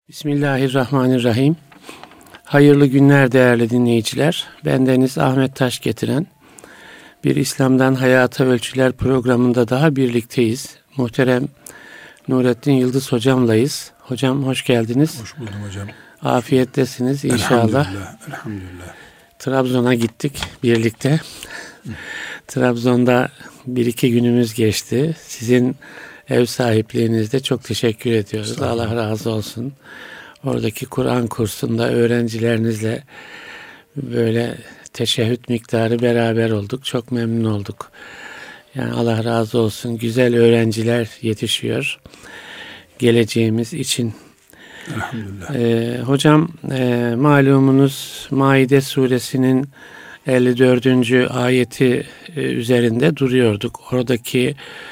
Bismillahirrahmanirrahim. Hayırlı günler değerli dinleyiciler. Bendeniz Ahmet Taş getiren bir İslam'dan Hayata Ölçüler programında daha birlikteyiz. Muhterem Nurettin Yıldız hocamlayız. Hocam hoş geldiniz. Hoş buldum hocam. Afiyettesiniz inşallah. Elhamdülillah. Trabzon'a gittik birlikte. Trabzon'da 1-2 günümüz geçti. Sizin ev sahipliğinizde çok teşekkür ediyoruz. Allah razı olsun. Oradaki Kur'an kursunda öğrencilerinizle böyle teşehhüd miktarı beraber olduk. Çok memnun olduk. Yani Allah razı olsun. Güzel öğrenciler yetişiyor. Geleceğimiz için. Elhamdülillah. Hocam malumunuz Maide suresinin 54. ayeti üzerinde duruyorduk. Oradaki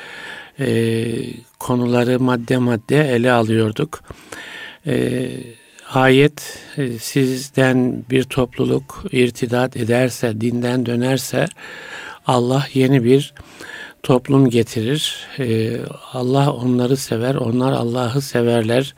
konuları madde madde ele alıyorduk. Ayet sizden bir topluluk irtidat ederse, dinden dönerse Allah yeni bir toplum getirir. Allah onları sever, onlar Allah'ı severler.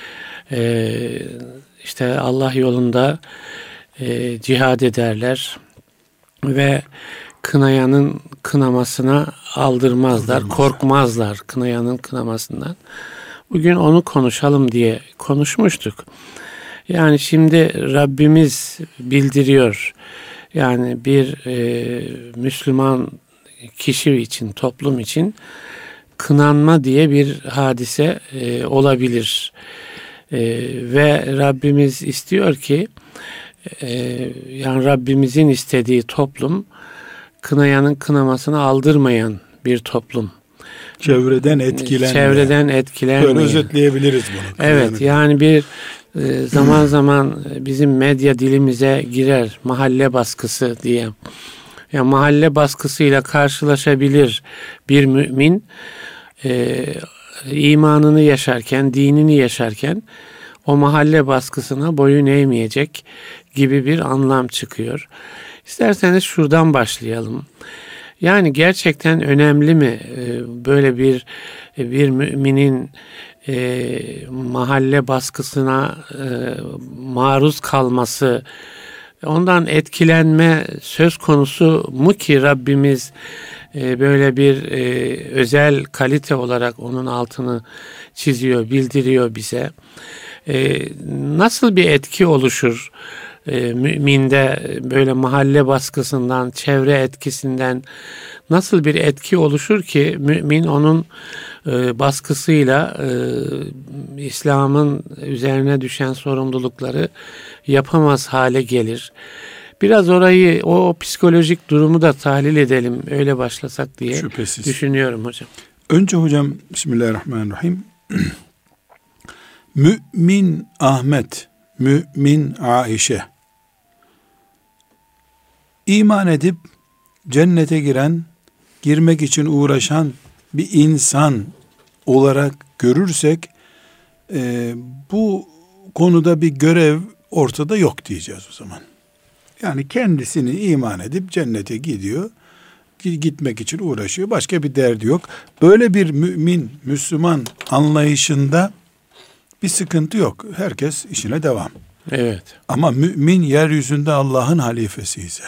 İşte Allah yolunda cihad ederler ve kınayanın kınamasına aldırmazlar, korkmazlar kınayanın kınamasından. Bugün onu konuşalım diye konuşmuştuk. Yani şimdi Rabbimiz bildiriyor. Yani bir Müslüman kişi için, toplum için kınanma diye bir hadise olabilir. Ve Rabbimiz istiyor ki yani Rabbimizin istediği toplum kınayanın kınamasını aldırmayan bir toplum. Çevreden etkilenmeyen. Böyle özetleyebiliriz bunu. Evet, yani bir zaman zaman bizim medya dilimize girer mahalle baskısı diye. Yani mahalle baskısıyla karşılaşabilir bir mümin imanını yaşarken, dinini yaşarken o mahalle baskısına boyun eğmeyecek gibi bir anlam çıkıyor. İsterseniz şuradan başlayalım. Yani gerçekten önemli mi böyle bir müminin mahalle baskısına maruz kalması, ondan etkilenme söz konusu mu ki Rabbimiz böyle bir özel kalite olarak onun altını çiziyor, bildiriyor bize. Nasıl bir etki oluşur müminde böyle mahalle baskısından, çevre etkisinden nasıl bir etki oluşur ki mümin onun baskısıyla İslam'ın üzerine düşen sorumlulukları yapamaz hale gelir. Biraz orayı, o psikolojik durumu da tahlil edelim, öyle başlasak diye düşünüyorum hocam. Önce hocam Bismillahirrahmanirrahim. Mümin Ahmet, mümin Aişe, iman edip cennete giren, girmek için uğraşan bir insan olarak görürsek bu konuda bir görev ortada yok diyeceğiz o zaman. Yani kendisini iman edip cennete gidiyor, gitmek için uğraşıyor, başka bir derdi yok. Böyle bir mümin, Müslüman anlayışında bir sıkıntı yok. Herkes işine devam. Evet. Ama mümin yeryüzünde Allah'ın halifesi ise,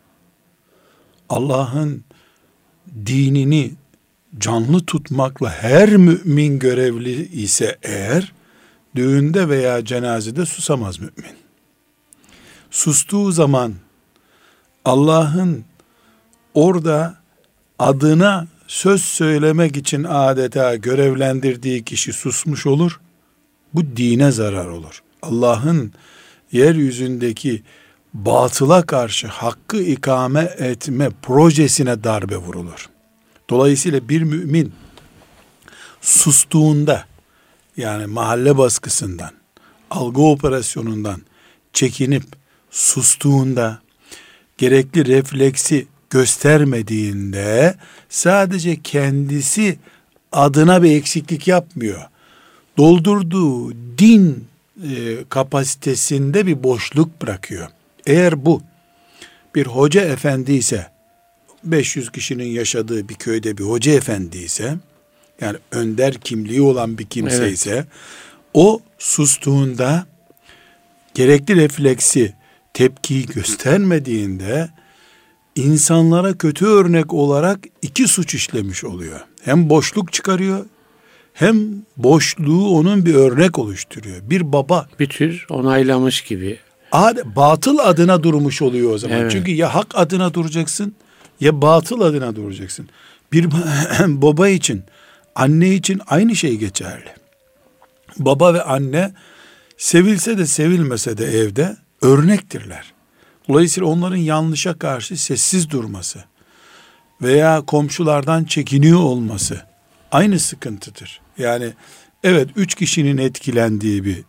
Allah'ın dinini canlı tutmakla her mümin görevli ise eğer, düğünde veya cenazede susamaz mümin. Sustuğu zaman Allah'ın orada adına söz söylemek için adeta görevlendirdiği kişi susmuş olur. Bu dine zarar olur. Allah'ın yeryüzündeki batıla karşı hakkı ikame etme projesine darbe vurulur. Dolayısıyla bir mümin sustuğunda, yani mahalle baskısından, algı operasyonundan çekinip sustuğunda, gerekli refleksi göstermediğinde sadece kendisi adına bir eksiklik yapmıyor. Doldurduğu din kapasitesinde bir boşluk bırakıyor. Eğer bu bir hoca efendi ise, 500 kişinin yaşadığı bir köyde bir hoca efendi ise, yani önder kimliği olan bir kimse ise, o sustuğunda, gerekli refleksi, tepkiyi göstermediğinde insanlara kötü örnek olarak iki suç işlemiş oluyor. Hem boşluk çıkarıyor, hem boşluğu onun bir örnek oluşturuyor. Bir baba Bir tür onaylamış gibi. batıl adına durmuş oluyor o zaman. Evet. Çünkü ya hak adına duracaksın ya batıl adına duracaksın. Bir baba için, anne için aynı şey geçerli. Baba ve anne sevilse de sevilmese de evde örnektirler. Dolayısıyla onların yanlışa karşı sessiz durması veya komşulardan çekiniyor olması aynı sıkıntıdır. Yani evet, 3 kişinin etkilendiği bir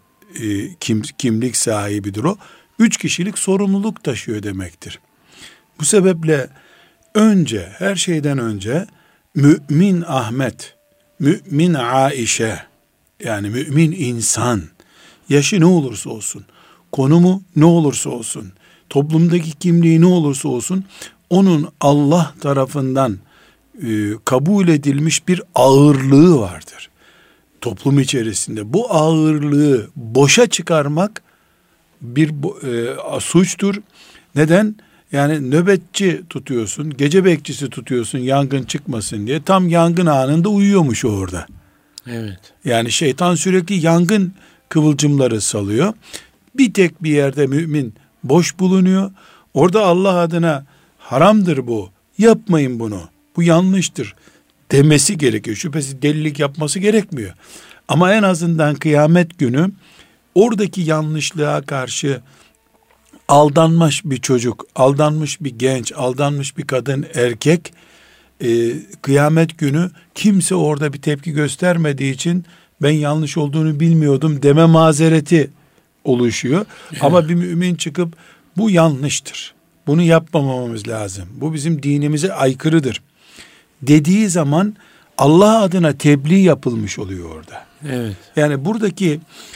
kimlik sahibidir o. 3 kişilik sorumluluk taşıyor demektir. Bu sebeple önce, her şeyden önce mümin Ahmet, mümin Aişe, yani mümin insan, yaşı ne olursa olsun, konumu ne olursa olsun, toplumdaki kimliği ne olursa olsun, onun Allah tarafından kabul edilmiş bir ağırlığı vardır. Toplum içerisinde bu ağırlığı boşa çıkarmak bir suçtur. Neden? Yani nöbetçi tutuyorsun, gece bekçisi tutuyorsun yangın çıkmasın diye. Tam yangın anında uyuyormuş orada. Evet. Yani şeytan sürekli yangın kıvılcımları salıyor. Bir tek bir yerde mümin boş bulunuyor. Orada Allah adına haramdır bu, yapmayın bunu, bu yanlıştır demesi gerekiyor. Şüphesiz delilik yapması gerekmiyor. Ama en azından kıyamet günü oradaki yanlışlığa karşı aldanmış bir çocuk, aldanmış bir genç, aldanmış bir kadın, erkek, kıyamet günü kimse orada bir tepki göstermediği için ben yanlış olduğunu bilmiyordum deme mazereti oluşuyor. Evet. Ama bir mümin çıkıp bu yanlıştır, bunu yapmamamız lazım, bu bizim dinimize aykırıdır dediği zaman Allah adına tebliğ yapılmış oluyor orada. Evet. Yani buradaki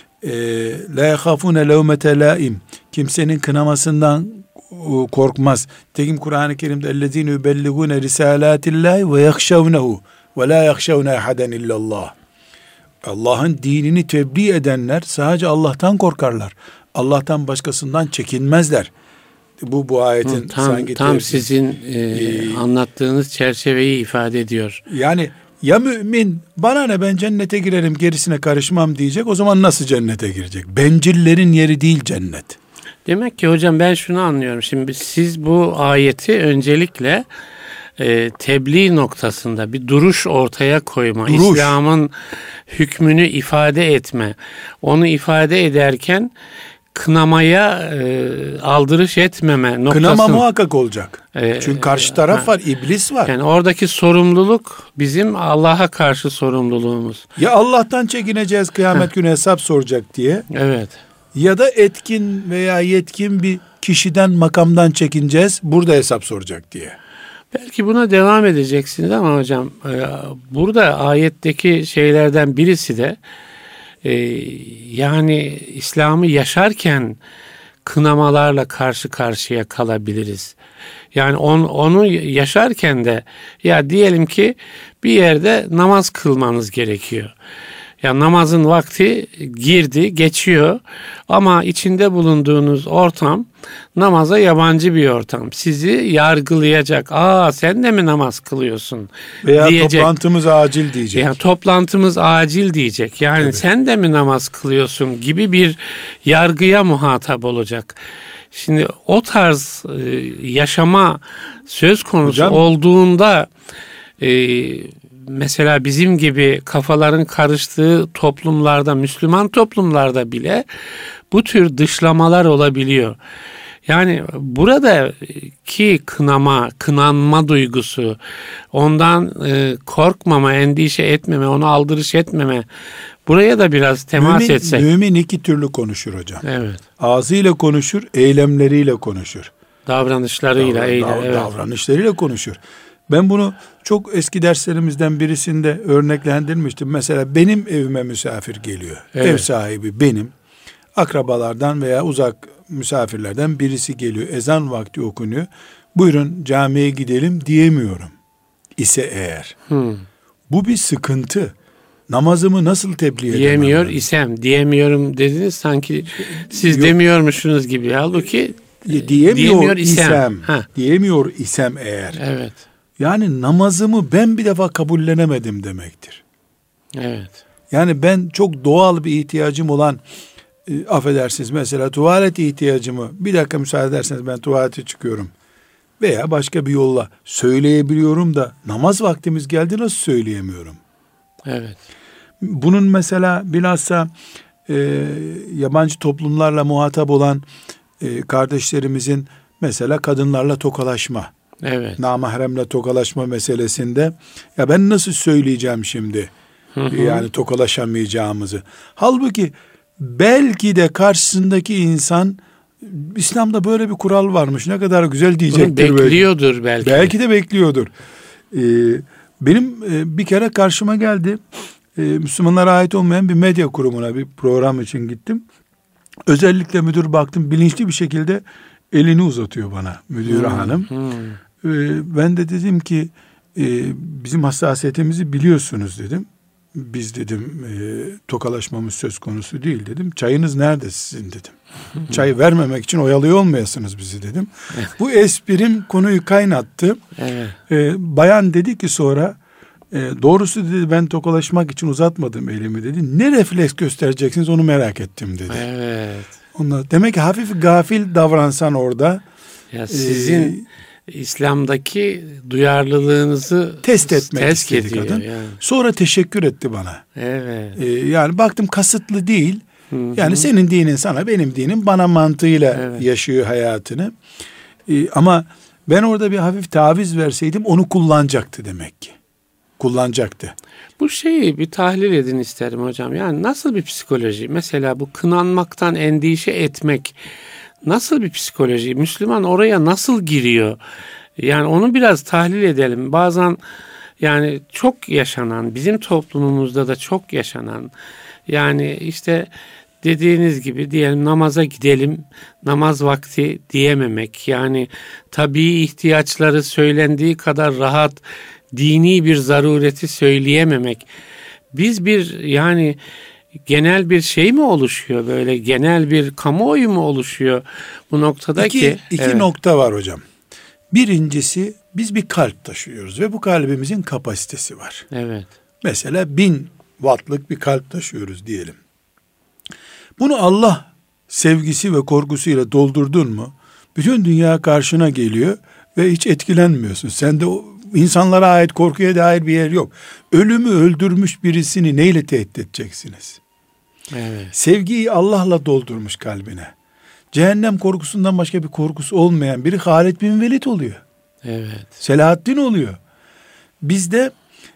la yahafune levmete laim, kimsenin kınamasından korkmaz. Tekim Kur'an-ı Kerim'de ellezine yubelligune risalatillahi ve yahşavnehu ve la yahşavne ahaden illallah. Allah'ın dinini tebliğ edenler sadece Allah'tan korkarlar. Allah'tan başkasından çekinmezler. Bu ayetin tam sizin anlattığınız çerçeveyi ifade ediyor. Yani ya mümin bana ne, ben cennete girerim gerisine karışmam diyecek, o zaman nasıl cennete girecek? Bencillerin yeri değil cennet. Demek ki hocam ben şunu anlıyorum. Şimdi siz bu ayeti öncelikle tebliğ noktasında bir duruş ortaya koyma, İslam'ın hükmünü ifade etme, onu ifade ederken kınamaya aldırış etmeme noktasında. Kınama muhakkak olacak. Çünkü karşı taraf var, iblis var. Yani oradaki sorumluluk bizim Allah'a karşı sorumluluğumuz. Ya Allah'tan çekineceğiz kıyamet günü hesap soracak diye. Evet. Ya da etkin veya yetkin bir kişiden, makamdan çekineceğiz, burada hesap soracak diye. Belki buna devam edeceksiniz ama hocam burada ayetteki şeylerden birisi de yani İslam'ı yaşarken kınamalarla karşı karşıya kalabiliriz. Yani onu yaşarken de ya diyelim ki bir yerde namaz kılmanız gerekiyor. Ya namazın vakti girdi, geçiyor ama içinde bulunduğunuz ortam namaza yabancı bir ortam. Sizi yargılayacak. Sen de mi namaz kılıyorsun? Veya diyecek. Toplantımız acil diyecek. Yani toplantımız acil diyecek. Yani evet, sen de mi namaz kılıyorsun gibi bir yargıya muhatap olacak. Şimdi o tarz yaşama söz konusu hocam, olduğunda mesela bizim gibi kafaların karıştığı toplumlarda, Müslüman toplumlarda bile bu tür dışlamalar olabiliyor. Yani buradaki kınanma duygusu, ondan korkmama, endişe etmeme, onu aldırış etmeme, buraya da biraz temas etsek. Mümin iki türlü konuşur hocam. Evet. Ağzıyla konuşur, eylemleriyle konuşur. Davranışlarıyla, davranışlarıyla konuşur. Ben bunu çok eski derslerimizden birisinde örneklendirmiştim. Mesela benim evime misafir geliyor. Evet. Ev sahibi benim. Akrabalardan veya uzak misafirlerden birisi geliyor. Ezan vakti okunuyor. Buyurun camiye gidelim diyemiyorum ise eğer. Bu bir sıkıntı. namazımı nasıl tebliğ edemem? Diyemiyor isem, diyemiyorum dediniz sanki siz demiyormuşsunuz gibi. Halbuki diyemiyor isem. Diyemiyor isem eğer. Evet. Yani namazımı ben bir defa kabullenemedim demektir. Evet. Yani ben çok doğal bir ihtiyacım olan, affedersiniz mesela tuvalet ihtiyacımı, bir dakika müsaade ederseniz ben tuvalete çıkıyorum veya başka bir yolla söyleyebiliyorum da namaz vaktimiz geldi nasıl söyleyemiyorum? Evet. Bunun mesela bilhassa yabancı toplumlarla muhatap olan kardeşlerimizin mesela kadınlarla tokalaşma, Evet. namahremle tokalaşma meselesinde ya ben nasıl söyleyeceğim şimdi yani tokalaşamayacağımızı. Halbuki belki de karşısındaki insan İslam'da böyle bir kural varmış ne kadar güzel diyecektir. Bunu bekliyordur belki. Belki de bekliyordur. Benim bir kere karşıma geldi. Müslümanlara ait olmayan bir medya kurumuna bir program için gittim. Özellikle müdür baktım bilinçli bir şekilde elini uzatıyor bana müdür hanım. Ben de dedim ki bizim hassasiyetimizi biliyorsunuz dedim. Biz dedim tokalaşmamız söz konusu değil dedim. Çayınız nerede sizin dedim. Çay vermemek için oyalıyor olmayasınız bizi dedim. Bu esprim konuyu kaynattı. Evet. Bayan dedi ki sonra doğrusu dedi ben tokalaşmak için uzatmadım elimi dedi. Ne refleks göstereceksiniz onu merak ettim dedi. Evet. Onlar, demek ki hafif gafil davransan orada. Ya sizin İslam'daki duyarlılığınızı test etmek test istedi ediyor kadın. yani. Sonra teşekkür etti bana. Evet. Yani baktım kasıtlı değil. Yani senin dinin sana, benim dinim bana mantığıyla yaşıyor hayatını. Ama ben orada bir hafif taviz verseydim onu kullanacaktı demek ki. Kullanacaktı. Bu şeyi bir tahlil edin isterim hocam. Yani nasıl bir psikoloji? Mesela bu kınanmaktan endişe etmek nasıl bir psikoloji? Müslüman oraya nasıl giriyor? Yani onu biraz tahlil edelim. Bazen yani çok yaşanan, bizim toplumumuzda da çok yaşanan, yani işte dediğiniz gibi diyelim namaza gidelim, namaz vakti diyememek. Yani tabii ihtiyaçları söylendiği kadar rahat, dini bir zarureti söyleyememek. Biz bir yani genel bir şey mi oluşuyor, böyle genel bir kamuoyu mu oluşuyor bu noktada ki? İki nokta var hocam. Birincisi biz bir kalp taşıyoruz ve bu kalbimizin kapasitesi var. Evet. Mesela 1000 wattlık bir kalp taşıyoruz diyelim. Bunu Allah sevgisi ve korkusuyla doldurdun mu bütün dünya karşına geliyor ve hiç etkilenmiyorsun. Sende o insanlara ait korkuya dair bir yer yok. Ölümü öldürmüş birisini neyle tehdit edeceksiniz? Evet. Sevgiyi Allah'la doldurmuş kalbine. Cehennem korkusundan başka bir korkusu olmayan biri Halid bin Velid oluyor. Evet. Selahaddin oluyor. Bizde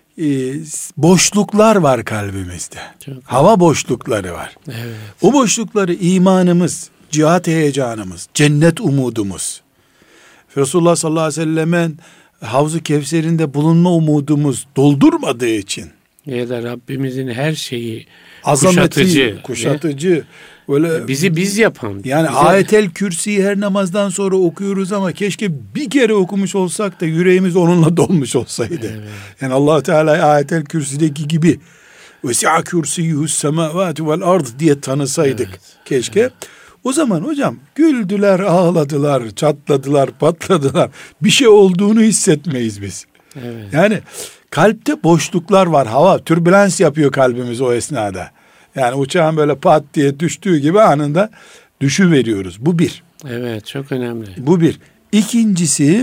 boşluklar var kalbimizde. Hava boşlukları var. Evet. O boşlukları imanımız, cihat heyecanımız, cennet umudumuz, Resulullah sallallahu aleyhi ve sellem'in Havz-ı Kevser'inde bulunma umudumuz doldurmadığı için Ya da Rabbimizin her şeyi azameti, kuşatıcı böyle bizi biz yapan. Yani Ayetel Kürsi'yi her namazdan sonra okuyoruz ama keşke bir kere okumuş olsak da yüreğimiz onunla dolmuş olsaydı. Evet. Yani Allah Teala Ayetel Kürsi'deki gibi vesi'a kürsiyuhus semavati vel ard diye tanısaydık keşke. Evet. O zaman hocam güldüler, ağladılar, çatladılar, patladılar. Bir şey olduğunu hissetmeyiz biz. Evet. Yani kalpte boşluklar var. Hava, türbülans yapıyor kalbimiz o esnada. Yani uçağın böyle pat diye düştüğü gibi anında düşüveriyoruz. Bu bir. Evet, çok önemli. Bu bir. İkincisi,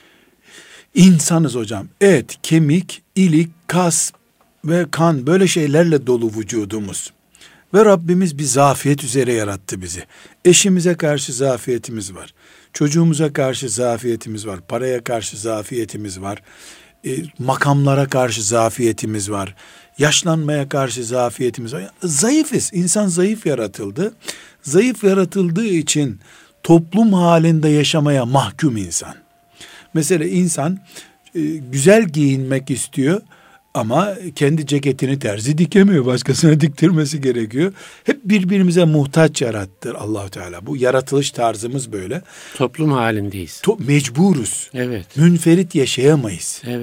insanız hocam. Et, kemik, ilik, kas ve kan böyle şeylerle dolu vücudumuz. Ve Rabbimiz bir zafiyet üzere yarattı bizi. Eşimize karşı zafiyetimiz var. Çocuğumuza karşı zafiyetimiz var. Paraya karşı zafiyetimiz var. Makamlara karşı zafiyetimiz var. Yaşlanmaya karşı zafiyetimiz var. Zayıfız. İnsan zayıf yaratıldı. Zayıf yaratıldığı için toplum halinde yaşamaya mahkum insan. Mesela insan güzel giyinmek istiyor ama kendi ceketini terzi dikemiyor. Başkasına diktirmesi gerekiyor. Hep birbirimize muhtaç yarattı Allah Teala. Bu yaratılış tarzımız böyle. Toplum halindeyiz. Mecburuz. Evet. Münferit yaşayamayız. Evet.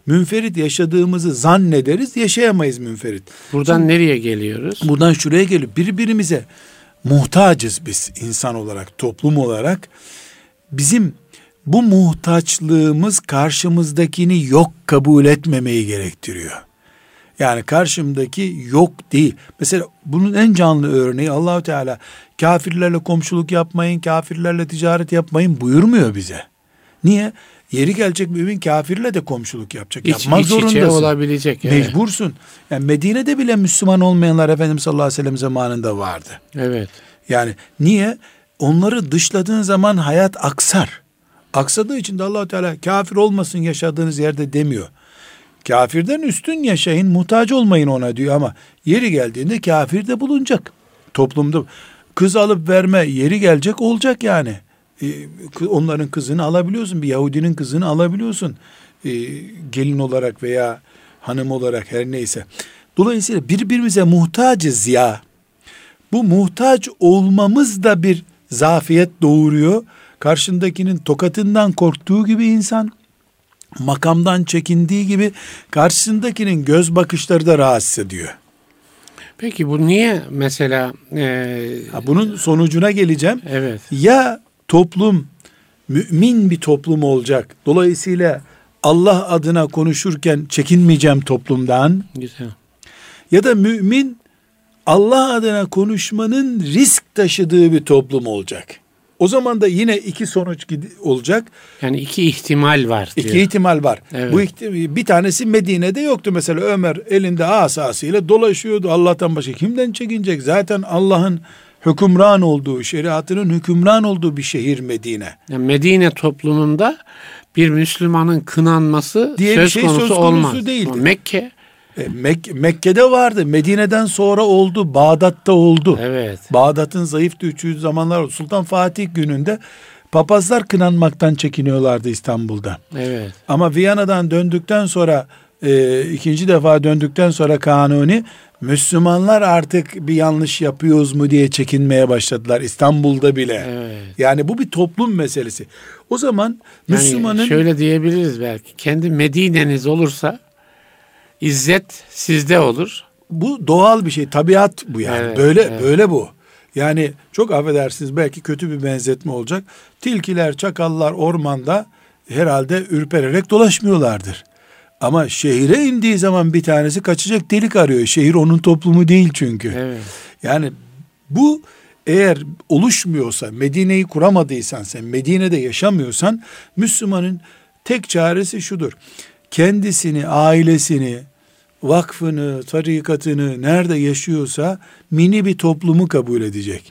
Münferit yaşadığımızı zannederiz, yaşayamayız münferit. Buradan nereye geliyoruz? Buradan şuraya geliyor. Birbirimize muhtacız biz insan olarak, toplum olarak. Bizim bu muhtaçlığımız karşımızdakini yok kabul etmemeyi gerektiriyor. Yani karşımdaki yok değil. Mesela bunun en canlı örneği Allahu Teala kafirlerle komşuluk yapmayın, kafirlerle ticaret yapmayın buyurmuyor bize. Niye? Yeri gelecek mümin kafirle de komşuluk yapacak. Yapmak zorundasın. İç olabilecek. Mecbursun. Yani Medine'de bile Müslüman olmayanlar Efendimiz sallallahu aleyhi ve sellem zamanında vardı. Evet. Yani niye? Onları dışladığın zaman hayat aksar. Aksadığı için de Allah Teala kafir olmasın yaşadığınız yerde demiyor. Kafirden üstün yaşayın, muhtaç olmayın ona diyor ama yeri geldiğinde kafir de bulunacak. Toplumda kız alıp verme yeri gelecek olacak yani. Onların kızını alabiliyorsun, bir Yahudinin kızını alabiliyorsun. Gelin olarak veya hanım olarak her neyse. Dolayısıyla birbirimize muhtacız ya. Bu muhtaç olmamız da bir zafiyet doğuruyor. Karşındakinin tokatından korktuğu gibi insan, makamdan çekindiği gibi karşısındakinin göz bakışları da rahatsız ediyor. Peki bu niye mesela? Bunun sonucuna geleceğim. Evet. Ya toplum mümin bir toplum olacak. Dolayısıyla Allah adına konuşurken çekinmeyeceğim toplumdan. Güzel. Ya da mümin Allah adına konuşmanın risk taşıdığı bir toplum olacak. O zaman da yine iki sonuç olacak. Yani iki ihtimal var diyor. İki ihtimal var. Evet. Bu bir tanesi Medine'de yoktu. Mesela Ömer elinde asasıyla dolaşıyordu. Allah'tan başka kimden çekinecek? Zaten Allah'ın hükümran olduğu, şeriatının hükümran olduğu bir şehir Medine. Yani Medine toplumunda bir Müslümanın kınanması diye söz bir şey konusu söz konusu olmaz. değildi. Ama Mekke. Mekke'de vardı. Medine'den sonra oldu. Bağdat'ta oldu. Evet. Bağdat'ın zayıf düştüğü zamanlar oldu. Sultan Fatih gününde papazlar kınanmaktan çekiniyorlardı İstanbul'da. Evet. Ama Viyana'dan döndükten sonra ikinci defa döndükten sonra Kanuni Müslümanlar artık bir yanlış yapıyoruz mu diye çekinmeye başladılar İstanbul'da bile. Evet. Yani bu bir toplum meselesi. O zaman Müslümanın... Yani şöyle diyebiliriz belki. Kendi Medine'niz olursa İzzet sizde olur. Bu doğal bir şey, tabiat bu yani. Evet, Böyle bu. Yani çok affedersiniz belki kötü bir benzetme olacak. Tilkiler, çakallar ormanda herhalde ürpererek dolaşmıyorlardır. Ama şehire indiği zaman bir tanesi kaçacak delik arıyor. Şehir onun toplumu değil çünkü. Evet. Yani bu eğer oluşmuyorsa, Medine'yi kuramadıysan sen, Medine'de yaşamıyorsan Müslümanın tek çaresi şudur. Kendisini, ailesini, vakfını, tarikatını nerede yaşıyorsa mini bir toplumu kabul edecek.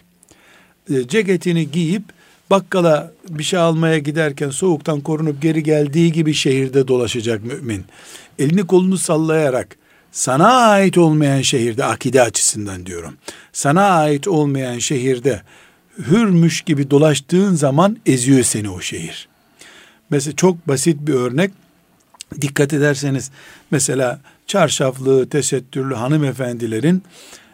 Ceketini giyip bakkala bir şey almaya giderken soğuktan korunup geri geldiği gibi şehirde dolaşacak mümin. Elini kolunu sallayarak sana ait olmayan şehirde, akide açısından diyorum, sana ait olmayan şehirde hürmüş gibi dolaştığın zaman eziyor seni o şehir. Mesela çok basit bir örnek. Dikkat ederseniz mesela çarşaflı, tesettürlü hanımefendilerin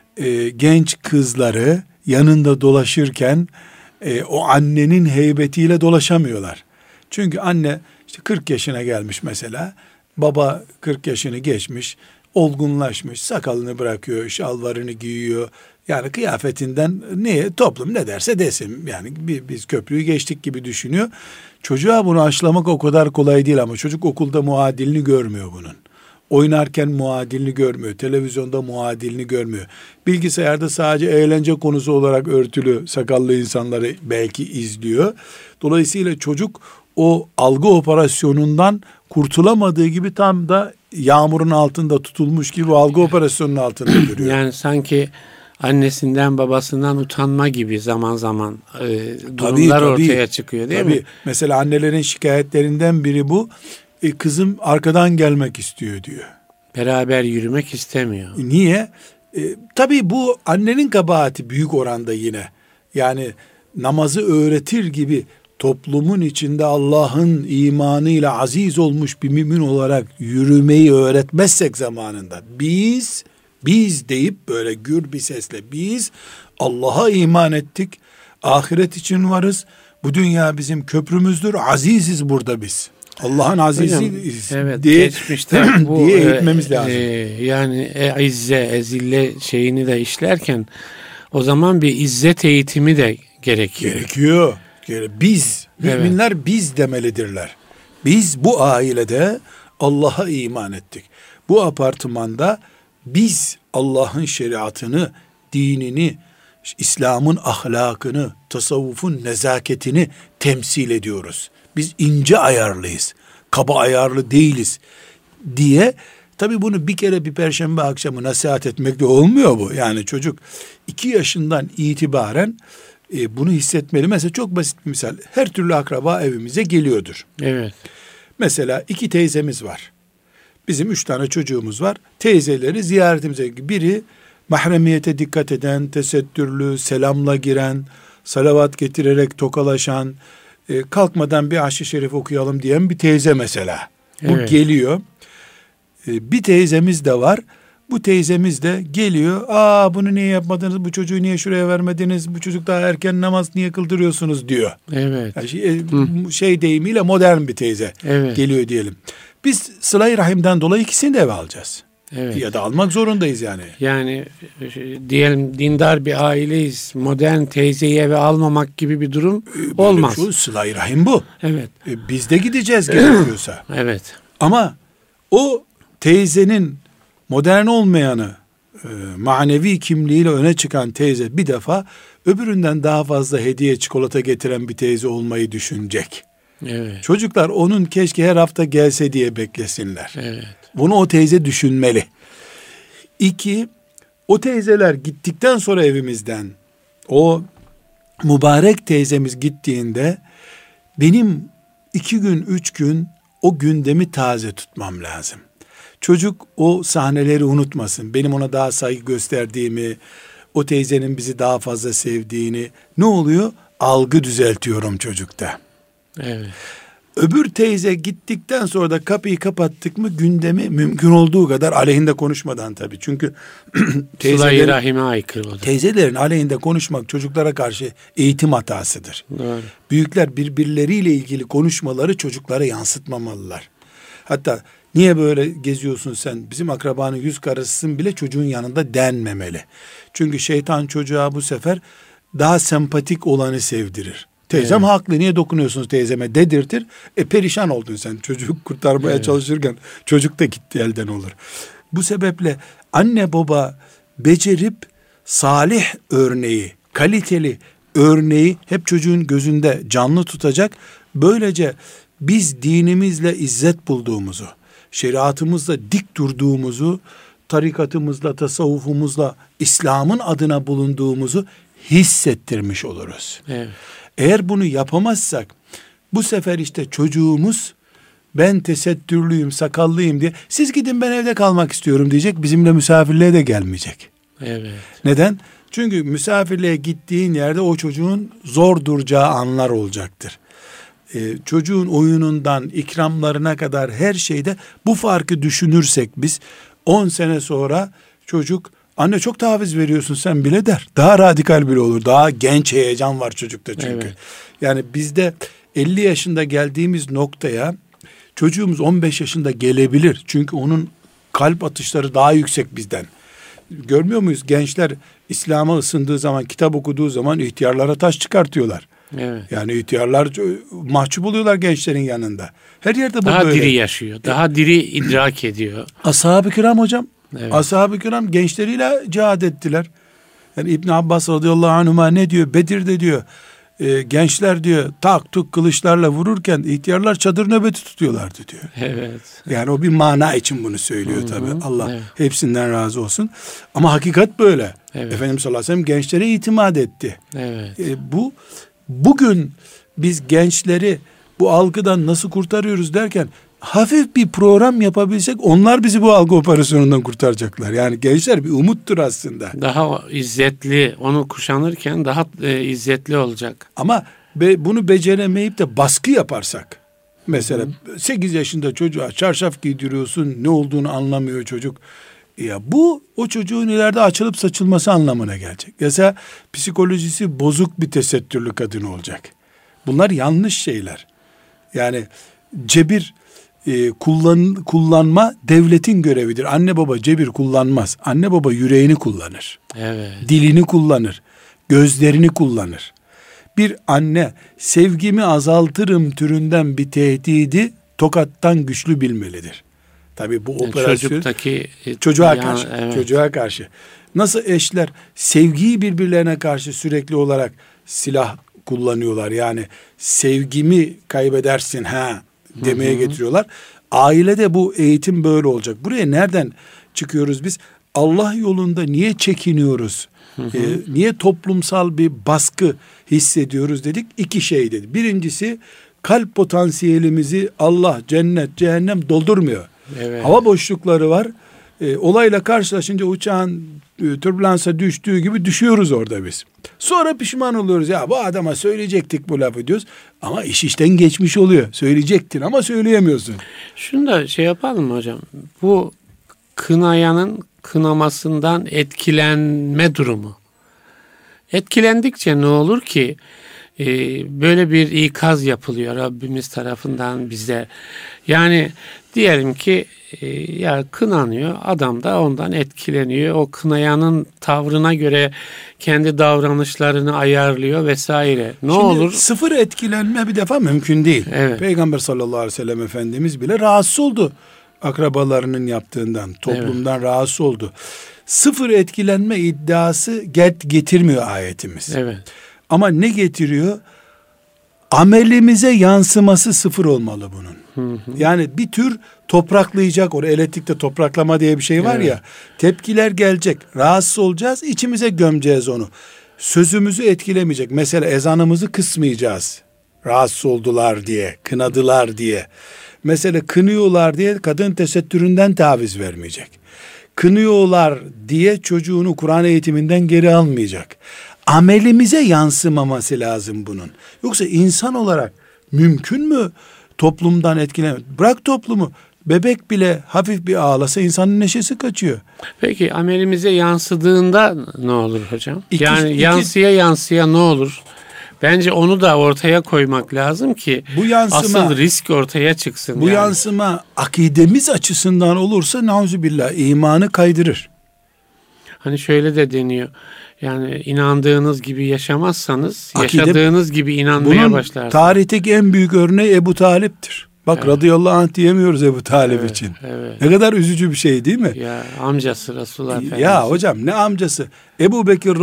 genç kızları yanında dolaşırken o annenin heybetiyle dolaşamıyorlar. Çünkü anne işte 40 yaşına gelmiş mesela, baba 40 yaşını geçmiş, olgunlaşmış, sakalını bırakıyor, şalvarını giyiyor. Yani kıyafetinden toplum ne derse desin. Yani biz köprüyü geçtik gibi düşünüyor. Çocuğa bunu aşılamak o kadar kolay değil ama çocuk okulda muadilini görmüyor bunun. Oynarken muadilini görmüyor. Televizyonda muadilini görmüyor. Bilgisayarda sadece eğlence konusu olarak örtülü sakallı insanları belki izliyor. Dolayısıyla çocuk o algı operasyonundan kurtulamadığı gibi tam da yağmurun altında tutulmuş gibi o algı operasyonunun altında duruyor. Yani sanki annesinden babasından utanma gibi zaman zaman durumlar ortaya çıkıyor değil mi? Mesela annelerin şikayetlerinden biri bu. Kızım arkadan gelmek istiyor diyor. Beraber yürümek istemiyor. Niye? Tabii bu annenin kabahati büyük oranda yine. Yani namazı öğretir gibi toplumun içinde Allah'ın imanıyla aziz olmuş bir mümin olarak yürümeyi öğretmezsek zamanında biz deyip böyle gür bir sesle biz Allah'a iman ettik, ahiret için varız, bu dünya bizim köprümüzdür, aziziz burada biz. Allah'ın azizi Hocam, evet, diye, geçmişte bu diye eğitmemiz lazım. Yani ezille şeyini de işlerken o zaman bir izzet eğitimi de gerekiyor. Biz, müminler biz demelidirler. Biz bu ailede Allah'a iman ettik. Bu apartmanda biz Allah'ın şeriatını, dinini, İslam'ın ahlakını, tasavvufun nezaketini temsil ediyoruz. Biz ince ayarlıyız, kaba ayarlı değiliz diye. Tabii bunu bir kere bir perşembe akşamı nasihat etmekle olmuyor bu. Yani çocuk 2 yaşından itibaren bunu hissetmeli. Mesela çok basit bir misal. Her türlü akraba evimize geliyordur. Evet. Mesela 2 teyzemiz var. Bizim 3 tane çocuğumuz var. Teyzeleri ziyaretimize. Biri mahremiyete dikkat eden, tesettürlü, selamla giren, salavat getirerek tokalaşan, kalkmadan bir aşk-ı şerif okuyalım diyen bir teyze mesela. Bu geliyor. Bir teyzemiz de var. Bu teyzemiz de geliyor. Bunu niye yapmadınız? Bu çocuğu niye şuraya vermediniz? Bu çocuk daha erken namaz niye kıldırıyorsunuz diyor. Evet. Yani deyimiyle modern bir teyze geliyor diyelim. Biz sıla-i rahimden dolayı ikisini de eve alacağız. Evet. Ya da almak zorundayız yani. Yani diyelim dindar bir aileyiz. Modern teyzeyi eve almamak gibi bir durum olmaz. Şu sıla-i rahim bu. Evet. Biz de gideceğiz gerekiyorsa. Evet. Ama o teyzenin modern olmayanı, manevi kimliğiyle öne çıkan teyze bir defa öbüründen daha fazla hediye, çikolata getiren bir teyze olmayı düşünecek. Evet. Çocuklar onun keşke her hafta gelse diye beklesinler. Evet. Bunu o teyze düşünmeli. 2, o teyzeler gittikten sonra evimizden, o mübarek teyzemiz gittiğinde benim 2 gün, 3 gün o gündemi taze tutmam lazım. Çocuk o sahneleri unutmasın. Benim ona daha saygı gösterdiğimi, o teyzenin bizi daha fazla sevdiğini. Ne oluyor? Algı düzeltiyorum çocukta. Evet. Öbür teyze gittikten sonra da kapıyı kapattık mı gündemi mümkün olduğu kadar aleyhinde konuşmadan tabii. Çünkü Sıla-i rahime aykırı o da. Teyzelerin aleyhinde konuşmak çocuklara karşı eğitim hatasıdır. Doğru. Büyükler birbirleriyle ilgili konuşmaları çocuklara yansıtmamalılar. Hatta niye böyle geziyorsun sen? Bizim akrabanın 100 karısısın bile çocuğun yanında denmemeli. Çünkü şeytan çocuğa bu sefer daha sempatik olanı sevdirir. Teyzem haklı, niye dokunuyorsunuz teyzeme dedirtir. Perişan oldun sen. Çocuk kurtarmaya çalışırken çocuk da gitti, elden olur. Bu sebeple anne baba becerip salih örneği, kaliteli örneği hep çocuğun gözünde canlı tutacak. Böylece biz dinimizle izzet bulduğumuzu, şeriatımızla dik durduğumuzu, tarikatımızla, tasavvufumuzla, İslam'ın adına bulunduğumuzu hissettirmiş oluruz. Evet. Eğer bunu yapamazsak bu sefer işte çocuğumuz ben tesettürlüyüm, sakallıyım diye siz gidin ben evde kalmak istiyorum diyecek, bizimle misafirliğe de gelmeyecek. Evet. Neden? Çünkü misafirliğe gittiğin yerde o çocuğun zor duracağı anlar olacaktır. Çocuğun oyunundan ikramlarına kadar her şeyde bu farkı düşünürsek biz 10 sene sonra çocuk anne çok taviz veriyorsun sen bile der. Daha radikal bile olur. Daha genç heyecan var çocukta çünkü. Evet. Yani bizde 50 yaşında geldiğimiz noktaya çocuğumuz 15 yaşında gelebilir. Çünkü onun kalp atışları daha yüksek bizden. Görmüyor muyuz? Gençler İslam'a ısındığı zaman, kitap okuduğu zaman ihtiyarlara taş çıkartıyorlar. Evet. Yani ihtiyarlar mahcup oluyorlar gençlerin yanında. Her yerde bu daha böyle. diri yaşıyor. Daha diri idrak ediyor. Ashab-ı kiram hocam. Evet. Ashab-ı kiram gençleriyle cihad ettiler. Yani İbn Abbas radıyallahu anhuma ne diyor? Bedir'de diyor. Gençler diyor tak tuk kılıçlarla vururken ihtiyarlar çadır nöbeti tutuyorlardı diyor. Evet. Yani o bir mana için bunu söylüyor tabii. Allah evet. hepsinden razı olsun. Ama hakikat böyle. Evet. Efendimiz sallallahu aleyhi ve sellem gençlere itimat etti. Evet. Bugün biz gençleri bu algıdan nasıl kurtarıyoruz derken hafif bir program yapabilsek onlar bizi bu algı operasyonundan kurtaracaklar. Yani gençler bir umuttur aslında. Daha izzetli, onu kuşanırken daha izzetli olacak. Ama bunu beceremeyip de baskı yaparsak, mesela 8 yaşında çocuğa çarşaf giydiriyorsun, ne olduğunu anlamıyor çocuk. Ya bu o çocuğun ileride açılıp saçılması anlamına gelecek. Mesela psikolojisi bozuk bir tesettürlü kadın olacak. Bunlar yanlış şeyler. Yani cebir kullanma devletin görevidir. Anne baba cebir kullanmaz. Anne baba yüreğini kullanır. Evet. Dilini kullanır. Gözlerini kullanır. Bir anne sevgimi azaltırım türünden bir tehdidi tokattan güçlü bilmelidir. Tabii bu operasyon çocuktaki çocuğa karşı. Evet. Çocuğa karşı. Nasıl eşler sevgiyi birbirlerine karşı sürekli olarak silah kullanıyorlar. Yani sevgimi kaybedersin demeye getiriyorlar. Ailede bu eğitim böyle olacak. Buraya nereden çıkıyoruz biz? Allah yolunda niye çekiniyoruz? Niye toplumsal bir baskı hissediyoruz dedik? İki şey dedi. Birincisi kalp potansiyelimizi Allah, cennet, cehennem doldurmuyor. Evet. Hava boşlukları var. Olayla karşılaşınca uçağın türbülansa düştüğü gibi düşüyoruz orada biz. Sonra pişman oluyoruz. Ya bu adama söyleyecektik bu lafı diyoruz. Ama iş işten geçmiş oluyor. Söyleyecektin ama söyleyemiyorsun. Şunu da yapalım mı hocam? Bu kınayanın kınamasından etkilenme durumu. Etkilendikçe ne olur ki? Böyle bir ikaz yapılıyor Rabbimiz tarafından bize. Yani diyelim ki ya kınanıyor, adam da ondan etkileniyor. O kınayanın tavrına göre kendi davranışlarını ayarlıyor vesaire. Ne Şimdi olur? Sıfır etkilenme bir defa mümkün değil. Evet. Peygamber sallallahu aleyhi ve sellem Efendimiz bile rahatsız oldu. Akrabalarının yaptığından, toplumdan rahatsız oldu. Sıfır etkilenme iddiası getirmiyor ayetimiz. Evet. Ama ne getiriyor? Amelimize yansıması sıfır olmalı bunun. Yani bir tür topraklayacak, orada elektrikte topraklama diye bir şey var ya, tepkiler gelecek, rahatsız olacağız, içimize gömeceğiz onu. Sözümüzü etkilemeyecek. Mesela ezanımızı kısmayacağız. Rahatsız oldular diye, kınadılar diye. Mesela kınıyorlar diye kadın tesettüründen taviz vermeyecek. Kınıyorlar diye çocuğunu Kur'an eğitiminden geri almayacak. Amelimize yansımaması lazım bunun. Yoksa insan olarak mümkün mü toplumdan etkilenmek? Bırak toplumu, bebek bile hafif bir ağlasa insanın neşesi kaçıyor. Peki amelimize yansıdığında ne olur hocam? Yansıya ne olur? Bence onu da ortaya koymak lazım ki bu yansıma, asıl risk ortaya çıksın. Bu yansıma akidemiz açısından olursa nauzubillah imanı kaydırır. Hani şöyle de deniyor. Yani inandığınız gibi yaşamazsanız yaşadığınız gibi inanmaya başlarsınız. Tarihteki en büyük örneği Ebu Talip'tir. Bak radıyallahu anh diyemiyoruz Ebu Talip için. Evet. Ne kadar üzücü bir şey değil mi? Ya amcası Resulullah Efendimiz. Ya hocam ne amcası? Ebu Bekir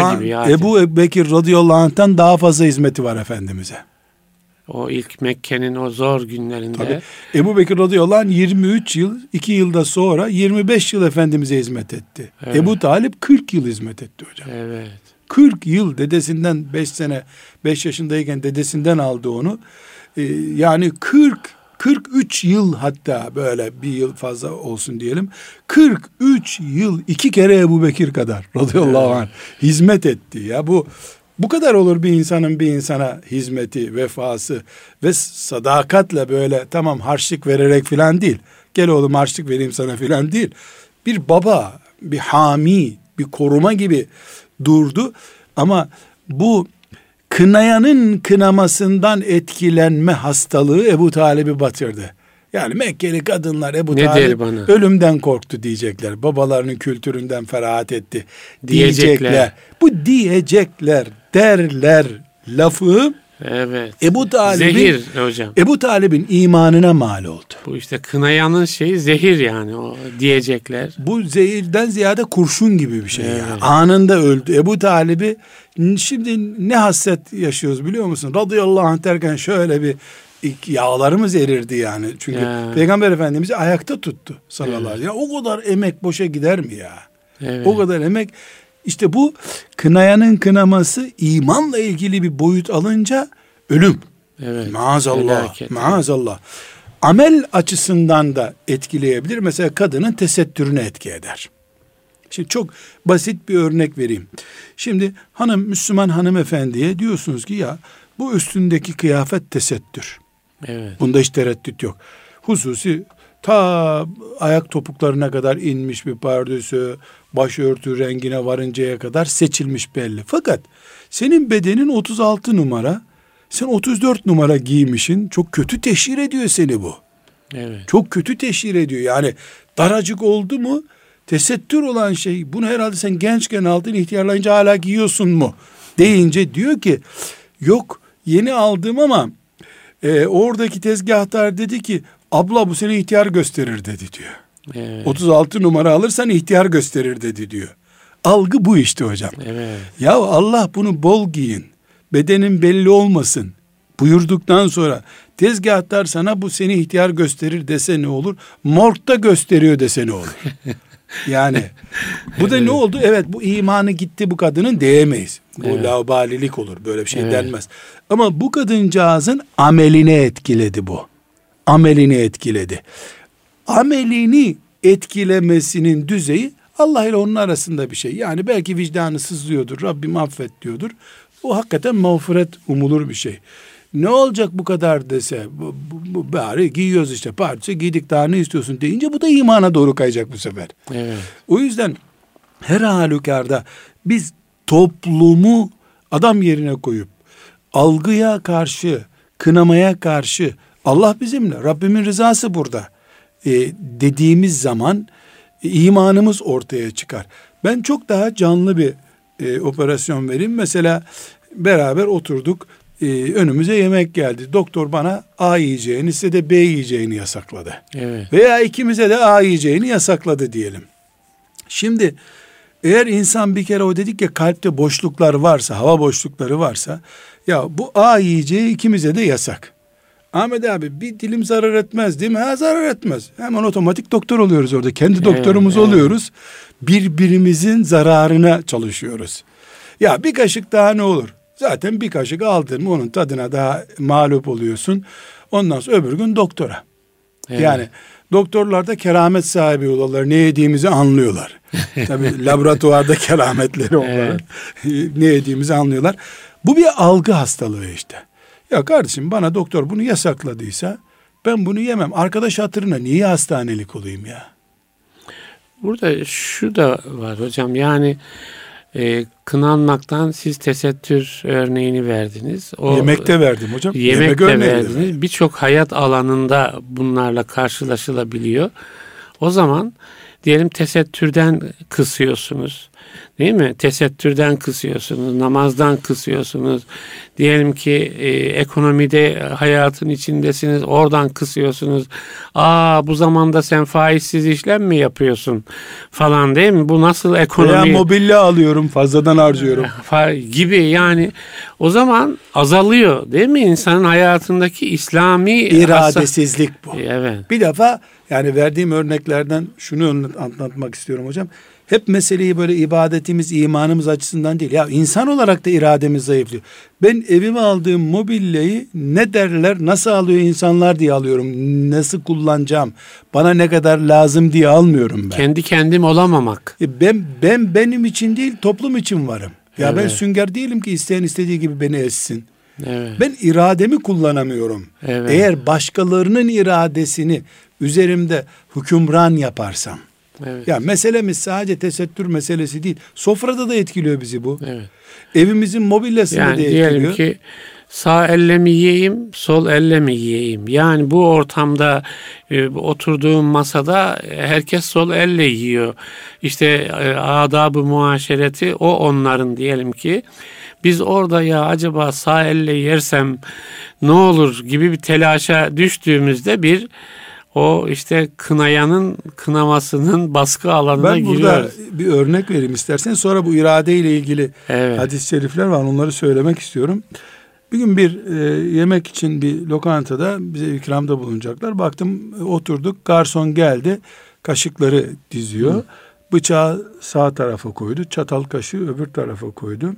radıyallahu anh'tan daha fazla hizmeti var Efendimiz'e. O ilk Mekke'nin o zor günlerinde. Tabii. Ebu Bekir radıyallahu anh 23 yıl, 2 yılda sonra 25 yıl Efendimiz'e hizmet etti. Evet. Ebu Talip 40 yıl hizmet etti hocam. Evet. 40 yıl dedesinden 5 yaşındayken dedesinden aldı onu. Yani 43 yıl, hatta böyle bir yıl fazla olsun diyelim. 43 yıl 2 kere Ebu Bekir kadar radıyallahu anh hizmet etti. Ya bu kadar olur bir insanın bir insana hizmeti, vefası ve sadakatle, böyle tamam harçlık vererek filan değil. Gel oğlum harçlık vereyim sana filan değil. Bir baba, bir hami, bir koruma gibi durdu. Ama bu kınayanın kınamasından etkilenme hastalığı Ebu Talib'i batırdı. Yani Mekkeli kadınlar Ebu Talib ölümden korktu diyecekler. Babalarının kültüründen ferahat etti diyecekler. Bu diyecekler, derler lafı Ebu Talib'in, zehir hocam. Ebu Talib'in imanına mal oldu. Bu işte kınayanın şeyi zehir, yani o diyecekler. Bu zehirden ziyade kurşun gibi bir şey. Yani. Anında öldü. Ebu Talib'i şimdi ne hasret yaşıyoruz biliyor musun? Radıyallahu anh derken şöyle bir yağlarımız erirdi yani. Çünkü Peygamber Efendimiz'i ayakta tuttu sallallahu aleyhi ve sellem. O kadar emek boşa gider mi ya? Evet. O kadar emek. İşte bu kınayanın kınaması imanla ilgili bir boyut alınca ölüm. Evet. Maazallah. Maazallah. Amel açısından da etkileyebilir. Mesela kadının tesettürüne etki eder. Şimdi çok basit bir örnek vereyim. Şimdi Müslüman hanımefendiye diyorsunuz ki ya bu üstündeki kıyafet tesettür. Evet. Bunda hiç tereddüt yok. Hususi ta ayak topuklarına kadar inmiş bir pardösü, başörtü rengine varıncaya kadar seçilmiş belli. Fakat senin bedenin 36 numara, Sen 34 numara giymişsin. Çok kötü teşhir ediyor seni bu. Evet. Çok kötü teşhir ediyor. Yani daracık oldu mu tesettür olan şey, bunu herhalde sen gençken aldın, ihtiyarlayınca hala giyiyorsun mu deyince diyor ki yok yeni aldım ama oradaki tezgahtar dedi ki abla bu seni ihtiyar gösterir dedi diyor. Evet. 36 numara alırsan ihtiyar gösterir dedi diyor. Algı bu işte hocam. Evet. Ya Allah bunu bol giyin, bedenin belli olmasın buyurduktan sonra tezgahtar sana bu seni ihtiyar gösterir dese ne olur? Morgda gösteriyor dese ne olur? Yani bu da ne oldu? Evet, bu imanı gitti bu kadının diyemeyiz. Bu laubalilik olur. Böyle bir şey denmez. Ama bu kadıncağızın amelini etkiledi bu. Amelini etkiledi. Amelini etkilemesinin düzeyi Allah ile onun arasında bir şey. Yani belki vicdanı sızlıyordur. Rabbim affet diyordur. O hakikaten mağfiret umulur bir şey. Ne olacak bu kadar dese, bu bari giyiyoruz işte, partisi giydik daha ne istiyorsun deyince bu da imana doğru kayacak bu sefer. Evet. O yüzden her halükarda biz toplumu adam yerine koyup algıya karşı, kınamaya karşı Allah bizimle, Rabbimin rızası burada dediğimiz zaman imanımız ortaya çıkar. Ben çok daha canlı bir operasyon vereyim. Mesela beraber oturduk. Önümüze yemek geldi. Doktor bana A yiyeceğini, size de B yiyeceğini yasakladı. Evet. Veya ikimize de A yiyeceğini yasakladı diyelim. Şimdi eğer insan bir kere, o dedik ya, kalpte boşluklar varsa, hava boşlukları varsa, ya bu A yiyeceği ikimize de yasak. Ahmet abi bir dilim zarar etmez değil mi? Ha, zarar etmez. Hemen otomatik doktor oluyoruz orada. Kendi doktorumuz oluyoruz. Birbirimizin zararına çalışıyoruz. Ya bir kaşık daha ne olur? Zaten bir kaşık aldın mı onun tadına daha mağlup oluyorsun. Ondan sonra öbür gün doktora. Evet. Yani doktorlar da keramet sahibi oluyorlar. Ne yediğimizi anlıyorlar. Tabii laboratuvarda kerametleri onlar. Ne yediğimizi anlıyorlar. Bu bir algı hastalığı işte. Ya kardeşim, bana doktor bunu yasakladıysa ben bunu yemem. Arkadaş hatırına niye hastanelik olayım ya? Burada şu da var hocam, yani kınanmaktan siz tesettür örneğini verdiniz. Yemekte verdim hocam. Yemekte verdiniz. Birçok hayat alanında bunlarla karşılaşılabiliyor. O zaman diyelim tesettürden kısıyorsunuz. Değil mi? Tesettürden kısıyorsunuz, namazdan kısıyorsunuz. Diyelim ki ekonomide hayatın içindesiniz, oradan kısıyorsunuz. Bu zamanda sen faizsiz işlem mi yapıyorsun falan, değil mi? Bu nasıl ekonomi? Veya mobilya alıyorum, fazladan harcıyorum. Gibi yani. O zaman azalıyor değil mi? İnsanın hayatındaki İslami iradesizlik bu. Evet. Bir defa yani verdiğim örneklerden şunu anlatmak istiyorum hocam. Hep meseleyi böyle ibadetimiz, imanımız açısından değil. Ya insan olarak da irademiz zayıflıyor. Ben evime aldığım mobilyayı ne derler, nasıl alıyor insanlar diye alıyorum. Nasıl kullanacağım, bana ne kadar lazım diye almıyorum ben. Kendi kendim olamamak. Ben benim için değil, toplum için varım. Ya ben sünger değilim ki isteyen istediği gibi beni ezsin. Evet. Ben irademi kullanamıyorum. Evet. Eğer başkalarının iradesini üzerimde hükümran yaparsam. Evet. Ya meselemiz sadece tesettür meselesi değil. Sofrada da etkiliyor bizi bu. Evet. Evimizin mobilyasında yani da etkiliyor. Diyelim ki sağ elle mi yiyeyim, sol elle mi yiyeyim? Yani bu ortamda oturduğum masada herkes sol elle yiyor. İşte adab-ı muaşereti o onların, diyelim ki. Biz orada ya acaba sağ elle yersem ne olur gibi bir telaşa düştüğümüzde o işte kınayanın kınamasının baskı alanına giriyoruz. Ben burada bir örnek vereyim istersen. Sonra bu irade ile ilgili hadis-i şerifler var. Onları söylemek istiyorum. Bir gün yemek için bir lokantada bize ikramda bulunacaklar. Baktım oturduk. Garson geldi. Kaşıkları diziyor. Bıçağı sağ tarafa koydu. Çatal kaşığı öbür tarafa koydu.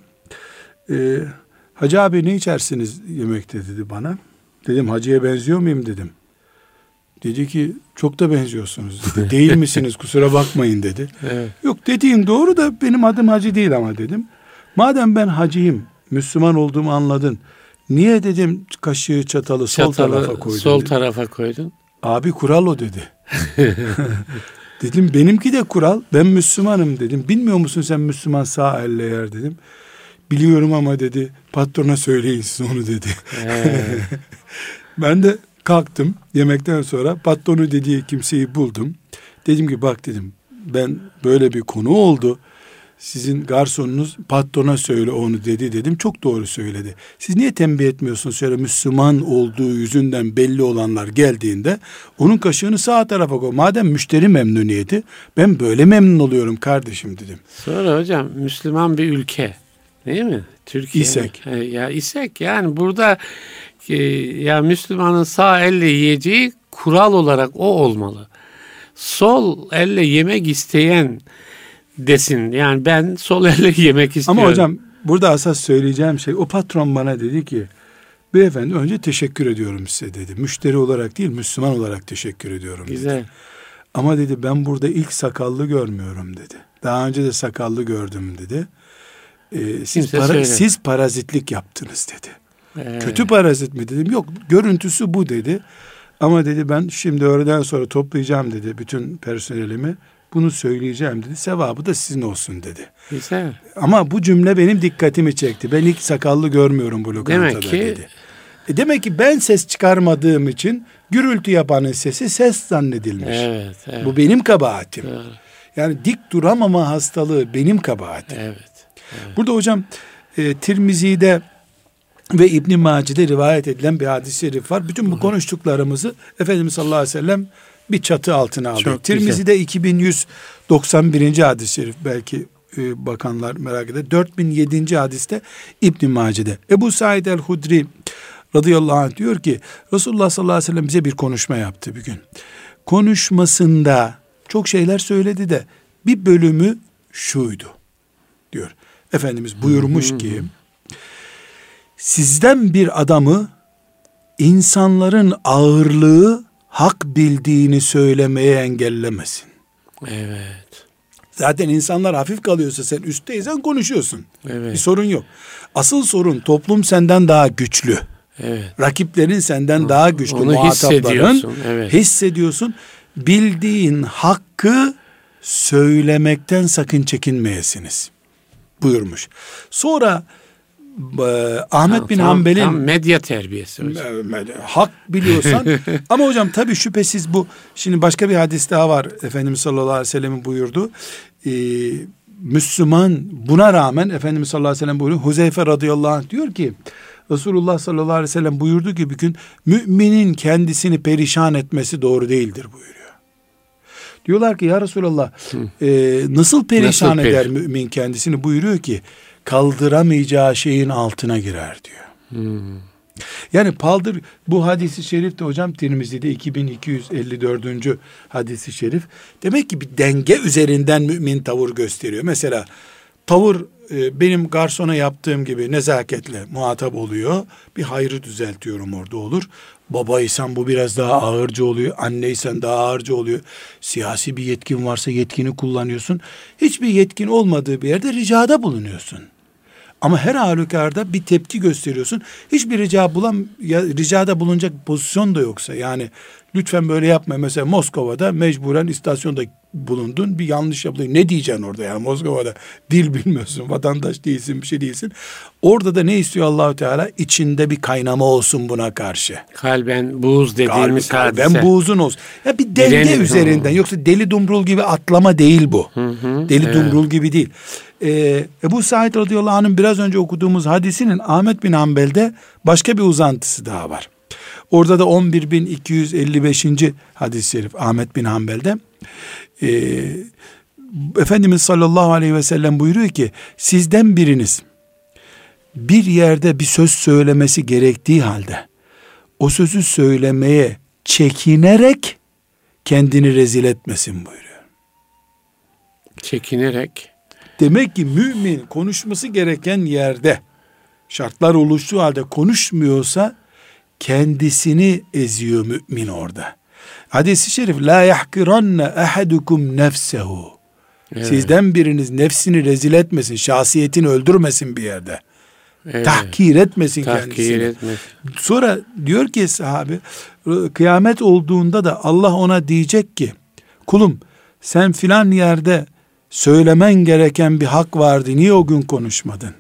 Hacı abi ne içersiniz yemekte dedi bana. Dedim hacıya benziyor muyum dedim. Dedi ki çok da benziyorsunuz dedi. Değil misiniz, kusura bakmayın dedi. Evet. Yok, dediğin doğru da benim adım hacı değil ama dedim. Madem ben hacıyım, Müslüman olduğumu anladın. Niye dedim kaşığı çatalı sol tarafa koydun? Sol tarafa koydun. Abi kural o dedi. Dedim benimki de kural. Ben Müslümanım dedim. Bilmiyor musun sen Müslüman sağ elle yer dedim. Biliyorum ama dedi, patrona söyleyin siz onu dedi. Ben de kalktım yemekten sonra, patronu dediği kimseyi buldum. Dedim ki bak dedim, ben böyle bir konu oldu. Sizin garsonunuz patrona söyle onu dedi dedim. Çok doğru söyledi. Siz niye tembih etmiyorsunuz? Şöyle Müslüman olduğu yüzünden belli olanlar geldiğinde onun kaşığını sağ tarafa koy. Madem müşteri memnuniyeti, ben böyle memnun oluyorum kardeşim dedim. Sonra hocam Müslüman bir ülke değil mi? Türkiye. İsek. Ya isek yani burada ya Müslümanın sağ elle yiyeceği kural olarak o olmalı. Sol elle yemek isteyen desin. Yani ben sol elle yemek istiyorum. Ama hocam burada asas söyleyeceğim şey, o patron bana dedi ki beyefendi önce teşekkür ediyorum size dedi. Müşteri olarak değil, Müslüman olarak teşekkür ediyorum dedi. Güzel. Ama dedi ben burada ilk sakallı görmüyorum dedi. Daha önce de sakallı gördüm dedi. Siz parazitlik yaptınız dedi. Kötü parazit mi dedim. Yok, görüntüsü bu dedi. Ama dedi ben şimdi öğleden sonra toplayacağım dedi bütün personelimi. Bunu söyleyeceğim dedi. Sevabı da sizin olsun dedi. Güzel. Ama bu cümle benim dikkatimi çekti. Ben ilk sakallı görmüyorum bu lokantada demek ki, dedi. Demek ki ben ses çıkarmadığım için gürültü yapanın sesi ses zannedilmiş. Evet. Bu benim kabahatim. Doğru. Yani dik duramama hastalığı benim kabahatim. Evet. Burada hocam Tirmizi'de ve İbn Mace'de rivayet edilen bir hadis-i şerif var. Bütün bu konuştuklarımızı Efendimiz sallallahu aleyhi ve sellem bir çatı altına aldı. Tirmizi'de 2191. hadis-i şerif, belki bakanlar merak eder. 4007. hadiste İbn Mace'de. Ebu Said el-Hudri radıyallahu anh diyor ki Resulullah sallallahu aleyhi ve sellem bize bir konuşma yaptı bir gün. Konuşmasında çok şeyler söyledi de bir bölümü şuydu diyor. Efendimiz buyurmuş ki sizden bir adamı insanların ağırlığı hak bildiğini söylemeye engellemesin. Evet. Zaten insanlar hafif kalıyorsa sen üstteysen konuşuyorsun. Evet. Bir sorun yok. Asıl sorun toplum senden daha güçlü. Evet. Rakiplerin senden daha güçlü. Onu hissediyorsun. Evet. Hissediyorsun. Bildiğin hakkı söylemekten sakın çekinmeyesiniz buyurmuş. Sonra Ahmet bin Hanbel'in tam medya terbiyesi hocam. Hak biliyorsan ama hocam tabii şüphesiz bu, şimdi başka bir hadis daha var. Efendimiz sallallahu aleyhi ve sellem'in buyurdu. Müslüman buna rağmen Efendimiz sallallahu aleyhi ve sellem buyuruyor. Huzeyfe radıyallahu anh diyor ki Resulullah sallallahu aleyhi ve sellem buyurdu ki bir gün müminin kendisini perişan etmesi doğru değildir buyuruyor. Diyorlar ki ya Resulallah nasıl perişan eder mümin kendisini? Buyuruyor ki kaldıramayacağı şeyin altına girer diyor. Yani bu hadisi şerif de hocam Tirmizi'de 2254. hadisi şerif. Demek ki bir denge üzerinden mümin tavır gösteriyor. Mesela tavır benim garsona yaptığım gibi nezaketle muhatap oluyor. Bir hayrı düzeltiyorum orada olur. Babaysan bu biraz daha ağırcı oluyor. Anneysen daha ağırcı oluyor. Siyasi bir yetkin varsa yetkini kullanıyorsun. Hiçbir yetkin olmadığı bir yerde ricada bulunuyorsun. Ama her halükarda bir tepki gösteriyorsun. Hiçbir ricada bulunacak pozisyon da yoksa, yani lütfen böyle yapma. Mesela Moskova'da mecburen istasyonda bulundun, bir yanlış yapılıyor. Ne diyeceksin orada yani? Moskova'da dil bilmiyorsun, vatandaş değilsin, bir şey değilsin. Orada da ne istiyor Allahu Teala? İçinde bir kaynama olsun buna karşı. Kalben buğuz dediğimiz hadise. Kalben buğuzun olsun. Ya bir denge üzerinden. Yoksa deli dumrul gibi atlama değil bu. Deli dumrul gibi değil. Ebu Said radıyallahu anh'ın biraz önce okuduğumuz hadisinin Ahmet bin Hanbel'de başka bir uzantısı daha var. Orada da 11.255. hadis-i şerif Ahmet bin Hanbel'de. Efendimiz sallallahu aleyhi ve sellem buyuruyor ki sizden biriniz bir yerde bir söz söylemesi gerektiği halde o sözü söylemeye çekinerek kendini rezil etmesin buyuruyor. Çekinerek. Demek ki mümin konuşması gereken yerde şartlar oluştuğu halde konuşmuyorsa kendisini eziyor mümin orada. Hadis-i şerif la yahkiranna ahadukum nefsehu. Sizden biriniz nefsini rezil etmesin, şahsiyetini öldürmesin bir yerde. Evet. Tahkir etmesin kendisini. Sonra diyor ki sahabe, kıyamet olduğunda da Allah ona diyecek ki kulum sen filan yerde söylemen gereken bir hak vardı, niye o gün konuşmadın?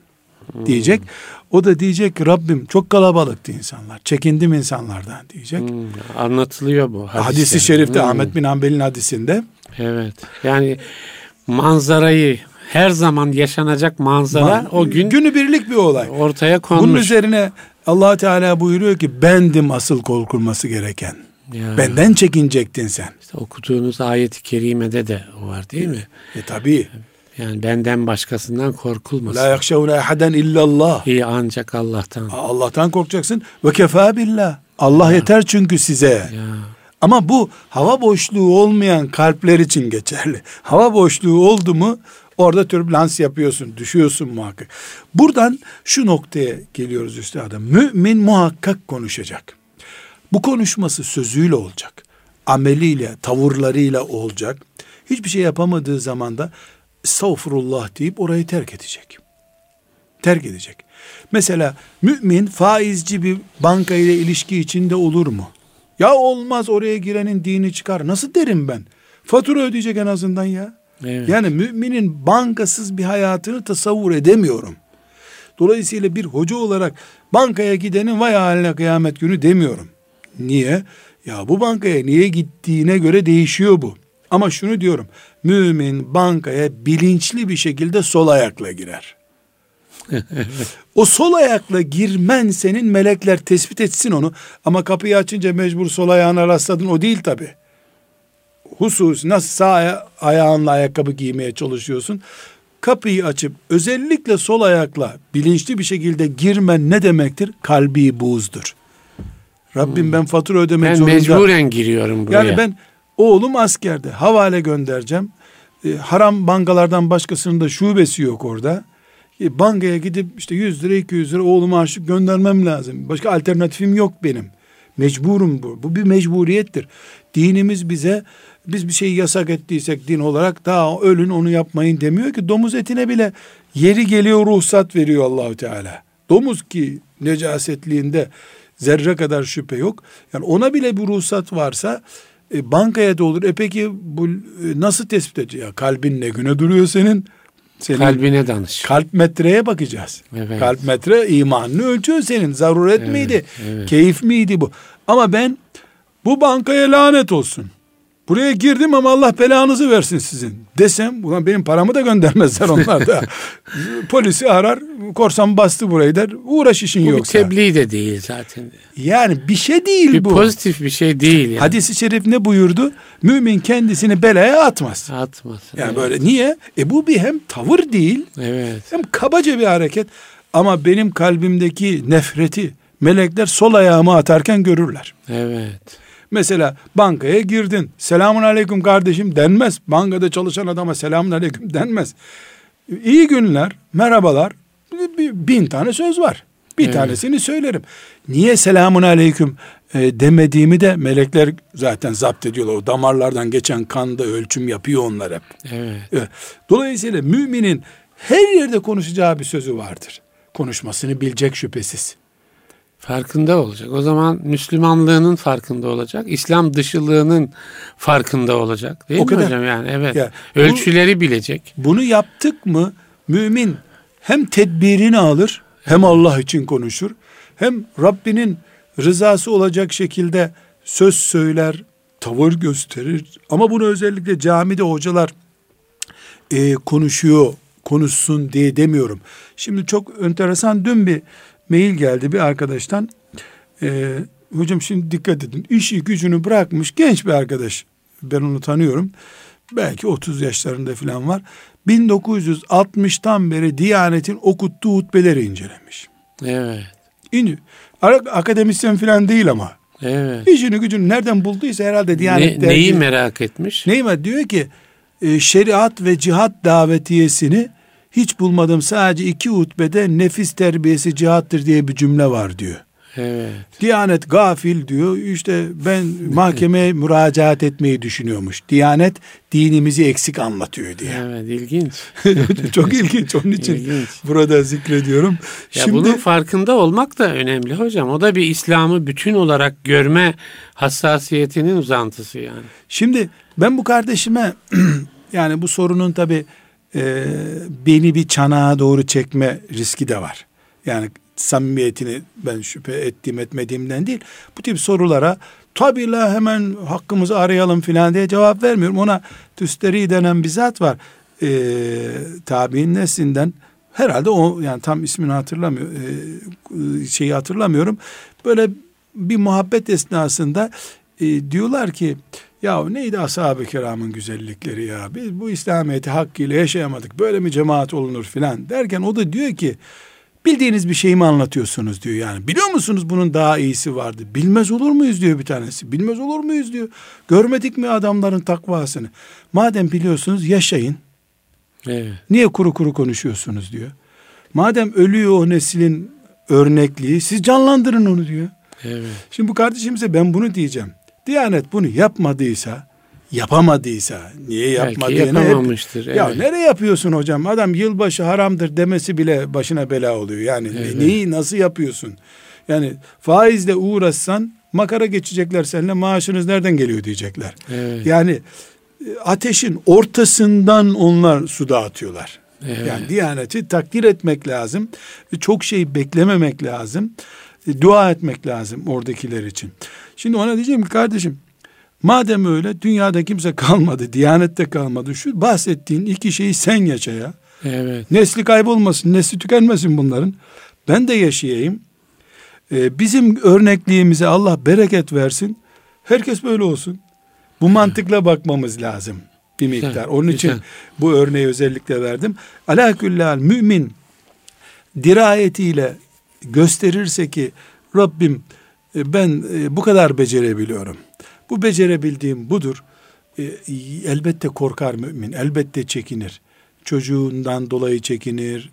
diyecek. O da diyecek ki Rabbim çok kalabalıktı insanlar. Çekindim insanlardan diyecek. Anlatılıyor bu hadiste. Hadis-i şerifte Ahmet bin Hanbel'in hadisinde. Evet. Yani manzarayı, her zaman yaşanacak manzara o gün günübirlik bir olay. Ortaya konmuş. Bunun üzerine Allah Teala buyuruyor ki bendim asıl korkulması gereken. Ya. Benden çekinecektin sen. İşte okuduğunuz ayet-i kerimede de o var değil mi? Tabii. Yani benden başkasından korkulmasın. La yakşavne ehaden illallah. İyi ancak Allah'tan. Allah'tan korkacaksın. Ve kefâ billah. Allah yeter çünkü size. Ya. Ama bu hava boşluğu olmayan kalpler için geçerli. Hava boşluğu oldu mu orada türbülans yapıyorsun, düşüyorsun muhakkak. Buradan şu noktaya geliyoruz üstadım. Mümin muhakkak konuşacak. Bu konuşması sözüyle olacak. Ameliyle, tavırlarıyla olacak. Hiçbir şey yapamadığı zaman da estağfurullah deyip orayı terk edecek. Terk edecek. Mesela mümin faizci bir banka ile ilişki içinde olur mu? Ya olmaz, oraya girenin dini çıkar. Nasıl derim ben? Fatura ödeyecek en azından ya. Evet. Yani müminin bankasız bir hayatını tasavvur edemiyorum. Dolayısıyla bir hoca olarak bankaya gidenin vay haline kıyamet günü demiyorum. Niye? Ya bu bankaya niye gittiğine göre değişiyor bu. Ama şunu diyorum. Mümin bankaya bilinçli bir şekilde sol ayakla girer. O sol ayakla girmen senin melekler tespit etsin onu. Ama kapıyı açınca mecbur sol ayağına rastladın, o değil tabi. Husus nasıl sağ ayağınla ayakkabı giymeye çalışıyorsun. Kapıyı açıp özellikle sol ayakla bilinçli bir şekilde girmen ne demektir? Kalbi buğzdur. Rabbim ben fatura ödemek zorunda. Ben mecburen giriyorum buraya. Yani ben oğlum askerde, havale göndereceğim. Haram bankalardan başkasının da şubesi yok orada. Bankaya gidip işte 100 lira 200 lira oğluma harçlık göndermem lazım. Başka alternatifim yok benim. Mecburum bu. Bu bir mecburiyettir. Dinimiz bize, biz bir şeyi yasak ettiysek din olarak daha ölün onu yapmayın demiyor ki. Domuz etine bile yeri geliyor ruhsat veriyor Allahu Teala. Domuz ki necasetliğinde zerre kadar şüphe yok. Yani ona bile bir ruhsat varsa bankaya da olur. Peki bu nasıl tespit edeceğiz? Ya kalbin ne güne duruyor senin? Kalbine danış. Kalp metreye bakacağız. Evet. Kalp metre imanını ölçüyor senin. Zaruret miydi? Evet. Keyif miydi bu? Ama ben bu bankaya lanet olsun. Buraya girdim ama Allah belanızı versin sizin desem, ulan benim paramı da göndermezler onlar da. Polisi arar, korsan bastı burayı der. Uğraş işin bu yoksa. Bir tebliğ de değil zaten. Yani bir şey değil bir bu. Pozitif bir şey değil yani. Hadis-i şerif ne buyurdu? Mümin kendisini belaya atmaz. Atmasın. Yani evet. böyle niye? Bu bir hem tavır değil, Evet. hem kabaca bir hareket. Ama benim kalbimdeki nefreti melekler sol ayağıma atarken görürler. Evet. Mesela bankaya girdin. Selamun aleyküm kardeşim denmez. Bankada çalışan adama selamun aleyküm denmez. İyi günler, merhabalar. 1000 tane söz var. Bir tanesini söylerim. Niye selamun aleyküm demediğimi de melekler zaten zapt ediyorlar. O damarlardan geçen kanda ölçüm yapıyor onlar hep. Evet. Dolayısıyla müminin her yerde konuşacağı bir sözü vardır. Konuşmasını bilecek şüphesiz. Farkında olacak. O zaman Müslümanlığının farkında olacak. İslam dışılığının farkında olacak. Değil O mi kadar. hocam? Yani evet. Ya, ölçüleri bilecek. Bunu yaptık mı mümin hem tedbirini alır, hem Allah için konuşur, hem Rabbinin rızası olacak şekilde söz söyler, tavır gösterir. Ama bunu özellikle camide hocalar konuşsun diye demiyorum. Şimdi çok enteresan, dün bir mail geldi bir arkadaştan. Hocam şimdi dikkat edin, işi gücünü bırakmış genç bir arkadaş, ben onu tanıyorum, belki 30 yaşlarında falan var. 1960'tan beri Diyanet'in okuttuğu hutbeleri incelemiş. Evet. Akademisyen falan değil ama. Evet. İşini gücünü nereden bulduysa herhalde Diyanet neyi merak etmiş? Neyi diyor ki şeriat ve cihat davetiyesini hiç bulmadım, sadece 2 hutbede nefis terbiyesi cihattır diye bir cümle var diyor. Evet. Diyanet gafil diyor. İşte ben mahkemeye müracaat etmeyi düşünüyormuş. Diyanet dinimizi eksik anlatıyor diye. Evet, ilginç. Çok ilginç. Onun için İlginç. burada zikrediyorum. Ya bunun farkında olmak da önemli hocam. O da bir İslam'ı bütün olarak görme hassasiyetinin uzantısı yani. Şimdi ben bu kardeşime yani bu sorunun tabii beni bir çanağa doğru çekme riski de var. Yani samimiyetini ben şüphe ettiğim etmediğimden değil. Bu tip sorulara tabii la hemen hakkımızı arayalım filan diye cevap vermiyorum. Ona Tüsteri denen bir zat var. Tabi'in neslinden, herhalde o, yani tam ismini hatırlamıyorum. Böyle bir muhabbet esnasında diyorlar ki ya neydi ashab-ı kiramın güzellikleri ya, biz bu İslamiyet'i hakkıyla yaşayamadık, böyle mi cemaat olunur filan derken o da diyor ki bildiğiniz bir şey mi anlatıyorsunuz diyor, yani biliyor musunuz bunun daha iyisi vardı, bilmez olur muyuz diyor bir tanesi, bilmez olur muyuz diyor, görmedik mi adamların takvasını, madem biliyorsunuz yaşayın, evet. Niye kuru kuru konuşuyorsunuz diyor, madem ölüyor o neslin örnekliği, siz canlandırın onu diyor. Evet. Şimdi bu kardeşimize ben bunu diyeceğim, Diyanet bunu yapamadıysa niye yapmadığını yapamamıştır. Ya evet. Nereye yapıyorsun hocam? Adam yılbaşı haramdır demesi bile başına bela oluyor. Yani evet. Neyi nasıl yapıyorsun? Yani faizle uğraşsan makara geçecekler seninle, maaşınız nereden geliyor diyecekler. Evet. Yani ateşin ortasından onlar su dağıtıyorlar. Evet. Yani Diyaneti takdir etmek lazım. Çok şey beklememek lazım. Dua etmek lazım oradakiler için. Şimdi ona diyeceğim ki kardeşim, madem öyle dünyada kimse kalmadı, Diyanette kalmadı, şu bahsettiğin iki şeyi sen yaşa ya. Evet. Nesli kaybolmasın, nesli tükenmesin bunların. Ben de yaşayayım. Bizim örnekliğimize Allah bereket versin. Herkes böyle olsun. Bu mantıkla bakmamız lazım bir miktar. Onun için bu örneği özellikle verdim. Alâküllâl mümin dirayetiyle gösterirse ki Rabbim ben bu kadar becerebiliyorum, bu becerebildiğim budur, elbette korkar mümin, elbette çekinir, çocuğundan dolayı çekinir,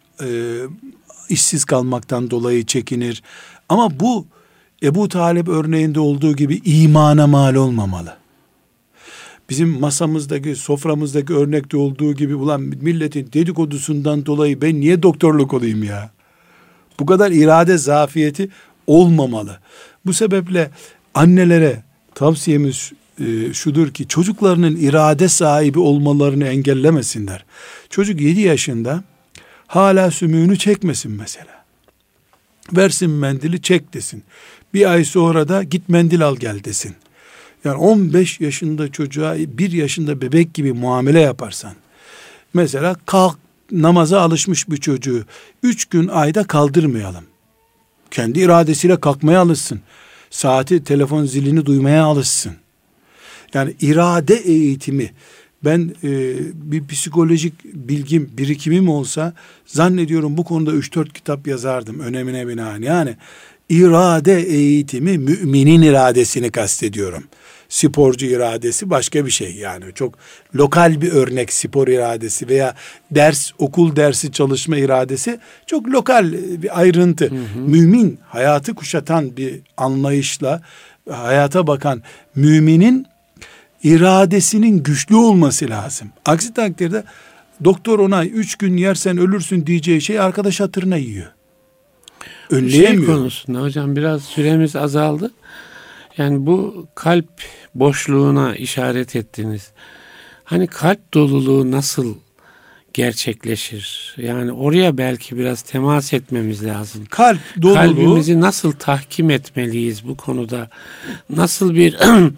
işsiz kalmaktan dolayı çekinir, ama bu Ebu Talib örneğinde olduğu gibi imana mal olmamalı. Bizim masamızdaki, soframızdaki örnekte olduğu gibi, ulan milletin dedikodusundan dolayı ben niye doktorluk olayım ya? Bu kadar irade zafiyeti olmamalı. Bu sebeple annelere tavsiyemiz şudur ki çocuklarının irade sahibi olmalarını engellemesinler. Çocuk 7 yaşında hala sümüğünü çekmesin mesela. Versin mendili, çek desin. Bir ay sonra da git mendil al gel desin. Yani 15 yaşında çocuğa 1 yaşında bebek gibi muamele yaparsan, mesela kalk, namaza alışmış bir çocuğu 3 gün ayda kaldırmayalım. Kendi iradesiyle kalkmaya alışsın. Saati, telefon zilini duymaya alışsın. Yani irade eğitimi, ben bir psikolojik bilgim, birikimim olsa zannediyorum bu konuda 3-4 kitap yazardım önemine binaen. Yani irade eğitimi, müminin iradesini kastediyorum. Sporcu iradesi başka bir şey, yani çok lokal bir örnek spor iradesi veya okul dersi çalışma iradesi çok lokal bir ayrıntı. Hı hı. Mümin, hayatı kuşatan bir anlayışla hayata bakan müminin iradesinin güçlü olması lazım. Aksi takdirde doktor ona 3 gün yersen ölürsün diyeceği şey arkadaş hatırına yiyor. Önleyemiyor. Şey konusunda hocam biraz süremiz azaldı. Yani bu kalp boşluğuna işaret ettiniz. Hani kalp doluluğu nasıl gerçekleşir? Yani oraya belki biraz temas etmemiz lazım. Kalp doluluğu, kalbimizi nasıl tahkim etmeliyiz bu konuda? Nasıl bir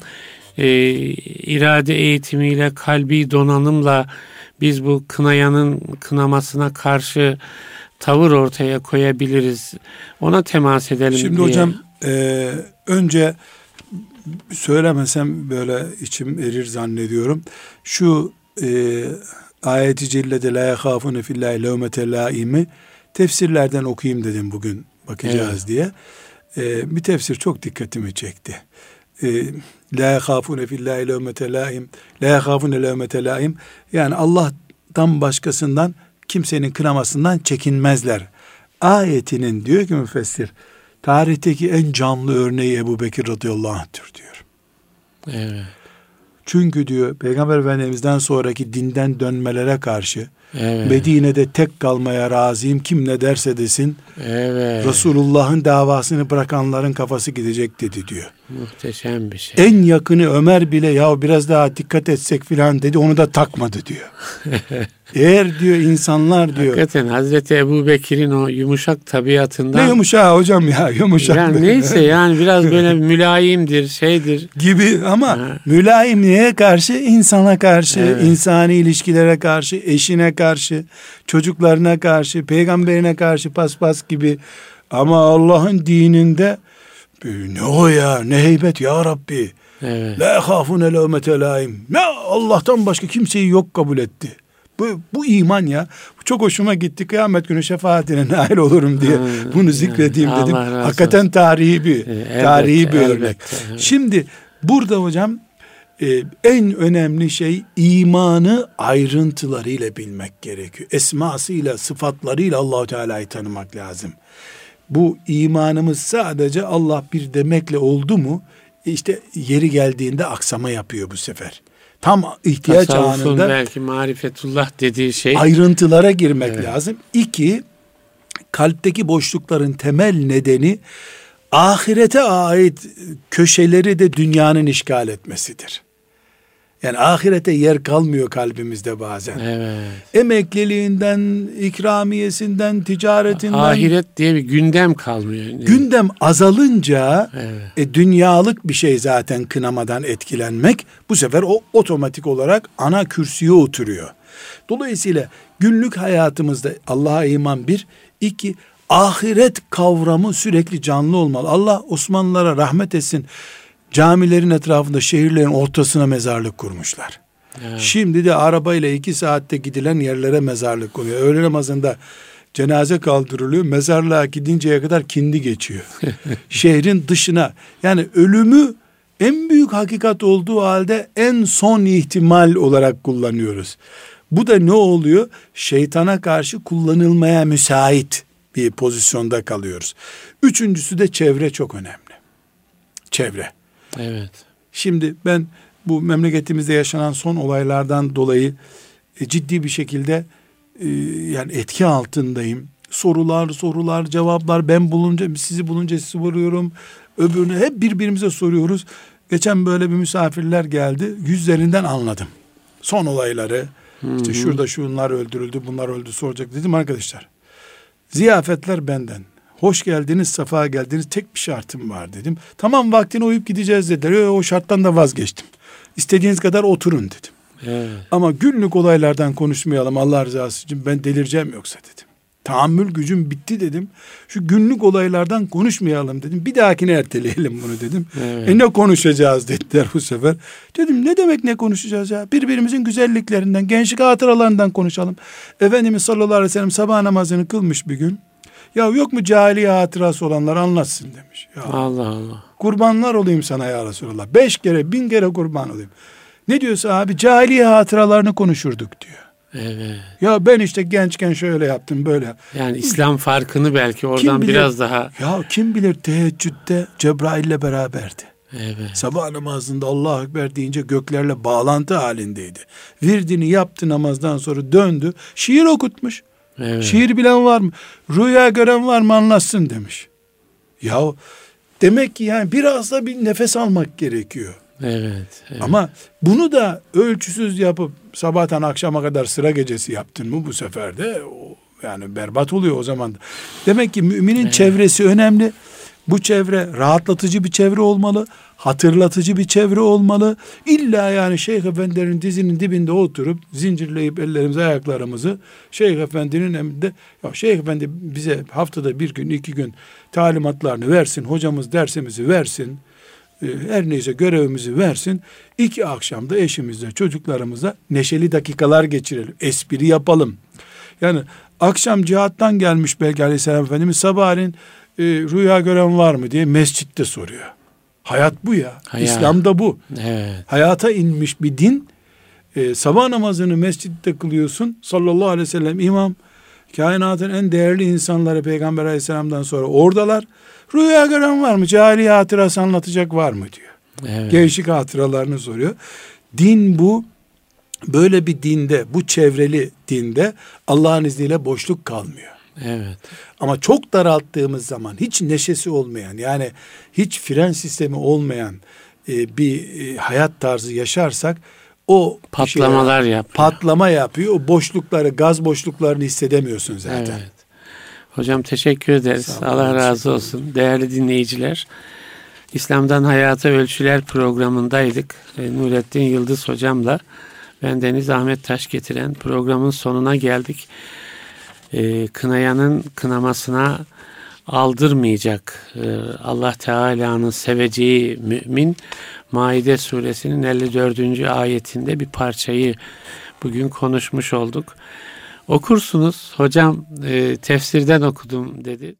irade eğitimiyle, kalbi donanımla biz bu kınayanın kınamasına karşı tavır ortaya koyabiliriz? Ona temas edelim. Şimdi diye. Hocam önce söylemesem böyle içim erir zannediyorum. Şu ayet-i cellede la yahafune fillahi levmete laimi tefsirlerden okuyayım dedim bugün, bakacağız diye. Bir tefsir çok dikkatimi çekti. La yahafune fillahi levmete laim, la yahafune levmete laim, yani Allah'tan başkasından kimsenin kınamasından çekinmezler ayetinin, diyor ki müfessir, tarihteki en canlı örneği Ebu Bekir radıyallahu anh'tır diyor. Evet. Çünkü diyor Peygamber Efendimiz'den sonraki dinden dönmelere karşı Medine'de tek kalmaya razıyım, kim ne derse desin, Resulullah'ın davasını bırakanların kafası gidecek dedi diyor. Muhteşem bir şey. En yakını Ömer bile ya biraz daha dikkat etsek filan dedi, onu da takmadı diyor. Eğer diyor insanlar diyor. Hakikaten Hazreti Ebubekir'in o yumuşak tabiatından. Ne yumuşak hocam ya, yumuşak. Yani neyse yani biraz böyle mülayimdir, şeydir. Gibi ama mülayim neye karşı? İnsana karşı, Evet. insani ilişkilere karşı, eşine karşı, çocuklarına karşı, peygamberine karşı paspas gibi. Ama Allah'ın dininde ne o ya, ne heybet ya Rabbi. Evet. La khafune levmete laim. Ne Allah'tan başka kimseyi yok kabul etti. Bu iman ya. Bu çok hoşuma gitti. Kıyamet günü şefaatine nail olurum diye bunu zikredeyim Allah dedim. razı Hakikaten olsun. tarihi bir Elbette, örnek. elbette, evet. Şimdi burada hocam en önemli şey imanı ayrıntılarıyla bilmek gerekiyor. Esmasıyla, sıfatlarıyla Allah-u Teala'yı tanımak lazım. Bu imanımız sadece Allah bir demekle oldu mu, işte yeri geldiğinde aksama yapıyor bu sefer. Tam ihtiyaç Tasavvufun anında belki marifetullah dediği şey. ayrıntılara girmek Evet. lazım. 2, kalpteki boşlukların temel nedeni ahirete ait köşeleri de dünyanın işgal etmesidir. Yani ahirete yer kalmıyor kalbimizde bazen. Evet. Emekliliğinden, ikramiyesinden, ticaretinden. Ahiret diye bir gündem kalmıyor. Gündem azalınca Evet. dünyalık bir şey zaten kınamadan etkilenmek, bu sefer o otomatik olarak ana kürsüye oturuyor. Dolayısıyla günlük hayatımızda Allah'a iman 1, 2, ahiret kavramı sürekli canlı olmalı. Allah Osmanlılara rahmet etsin. Camilerin etrafında, şehirlerin ortasına mezarlık kurmuşlar. Evet. Şimdi de arabayla 2 saatte gidilen yerlere mezarlık konuyor. Öğle namazında cenaze kaldırılıyor. Mezarlığa gidinceye kadar kindi geçiyor. Şehrin dışına. Yani ölümü en büyük hakikat olduğu halde en son ihtimal olarak kullanıyoruz. Bu da ne oluyor? Şeytana karşı kullanılmaya müsait bir pozisyonda kalıyoruz. 3.'sü de çevre çok önemli. Çevre. Evet. Şimdi ben bu memleketimizde yaşanan son olaylardan dolayı ciddi bir şekilde yani etki altındayım. Sorular, cevaplar, ben bulunca sizi bulunca sizi buluyorum. Öbürünü hep birbirimize soruyoruz. Geçen böyle bir misafirler geldi. Yüzlerinden anladım. Son olayları. İşte şurada şunlar öldürüldü, bunlar öldü soracak dedim arkadaşlar. Ziyafetler benden. Hoş geldiniz, safa geldiniz. Tek bir şartım var dedim. Tamam, vaktine uyup gideceğiz dediler. O şarttan da vazgeçtim. İstediğiniz kadar oturun dedim. Evet. Ama günlük olaylardan konuşmayalım Allah rızası için, ben delireceğim yoksa dedim. Tahammül gücüm bitti dedim. Şu günlük olaylardan konuşmayalım dedim. Bir dahakine erteleyelim bunu dedim. Evet. Ne konuşacağız dediler bu sefer. Dedim ne demek ne konuşacağız ya? Birbirimizin güzelliklerinden, gençlik hatıralarından konuşalım. Efendimiz sallallahu aleyhi ve sellem sabah namazını kılmış bir gün. Ya yok mu cahiliye hatırası olanlar anlatsın demiş. Ya, Allah Allah. kurbanlar olayım sana ya Resulallah. 5 kere 1000 kere kurban olayım. Ne diyorsa abi, cahiliye hatıralarını konuşurduk diyor. Evet. Ya ben işte gençken şöyle yaptım böyle yaptım. Yani İslam farkını belki oradan bilir? biraz daha. Ya kim bilir teheccüde Cebrail'le beraberdi. Evet. Sabah namazında Allahu Ekber deyince göklerle bağlantı halindeydi. Virdini yaptı, namazdan sonra döndü. Şiir okutmuş. Evet. Şiir bilen var mı? Rüya gören var mı anlatsın demiş. Ya demek ki yani biraz da bir nefes almak gerekiyor. Evet. Ama bunu da ölçüsüz yapıp sabahtan akşama kadar sıra gecesi yaptın mı bu sefer de yani berbat oluyor o zaman. Demek ki müminin çevresi önemli. Bu çevre rahatlatıcı bir çevre olmalı. Hatırlatıcı bir çevre olmalı. İlla yani Şeyh Efendi'nin dizinin dibinde oturup zincirleyip ellerimizi ayaklarımızı Şeyh Efendi'nin emrinde, ya Şeyh Efendi bize haftada 1 gün 2 gün talimatlarını versin. Hocamız dersimizi versin. Her neyse görevimizi versin. 2 akşamda eşimizle çocuklarımızla neşeli dakikalar geçirelim. Espri yapalım. Yani akşam cihattan gelmiş belki Aleyhisselam Efendimiz sabahleyin rüya gören var mı diye mescitte soruyor. Hayat bu ya. Hayat. İslam'da bu. Evet. Hayata inmiş bir din. Sabah namazını mescitte kılıyorsun. Sallallahu aleyhi ve sellem imam. Kainatın en değerli insanları Peygamber Aleyhisselam'dan sonra oradalar. Rüya gören var mı? Cahiliye hatırası anlatacak var mı diyor. Evet. Gençlik hatıralarını soruyor. Din bu. Böyle bir dinde, bu çevreli dinde Allah'ın izniyle boşluk kalmıyor. Evet. Ama çok daralttığımız zaman hiç neşesi olmayan, yani hiç fren sistemi olmayan bir hayat tarzı yaşarsak o Patlamalar yapıyor. patlama yapıyor. O boşlukları, gaz boşluklarını hissedemiyorsun zaten. Evet. Hocam teşekkür ederiz. Sağ olun, Allah razı olsun. Değerli dinleyiciler, İslam'dan Hayata Ölçüler programındaydık. Nurettin Yıldız hocamla ben Deniz Ahmet Taş getiren programın sonuna geldik. Kınayanın kınamasına aldırmayacak Allah Teala'nın seveceği mümin, Maide suresinin 54. ayetinde bir parçayı bugün konuşmuş olduk. Okursunuz. Hocam tefsirden okudum dedi.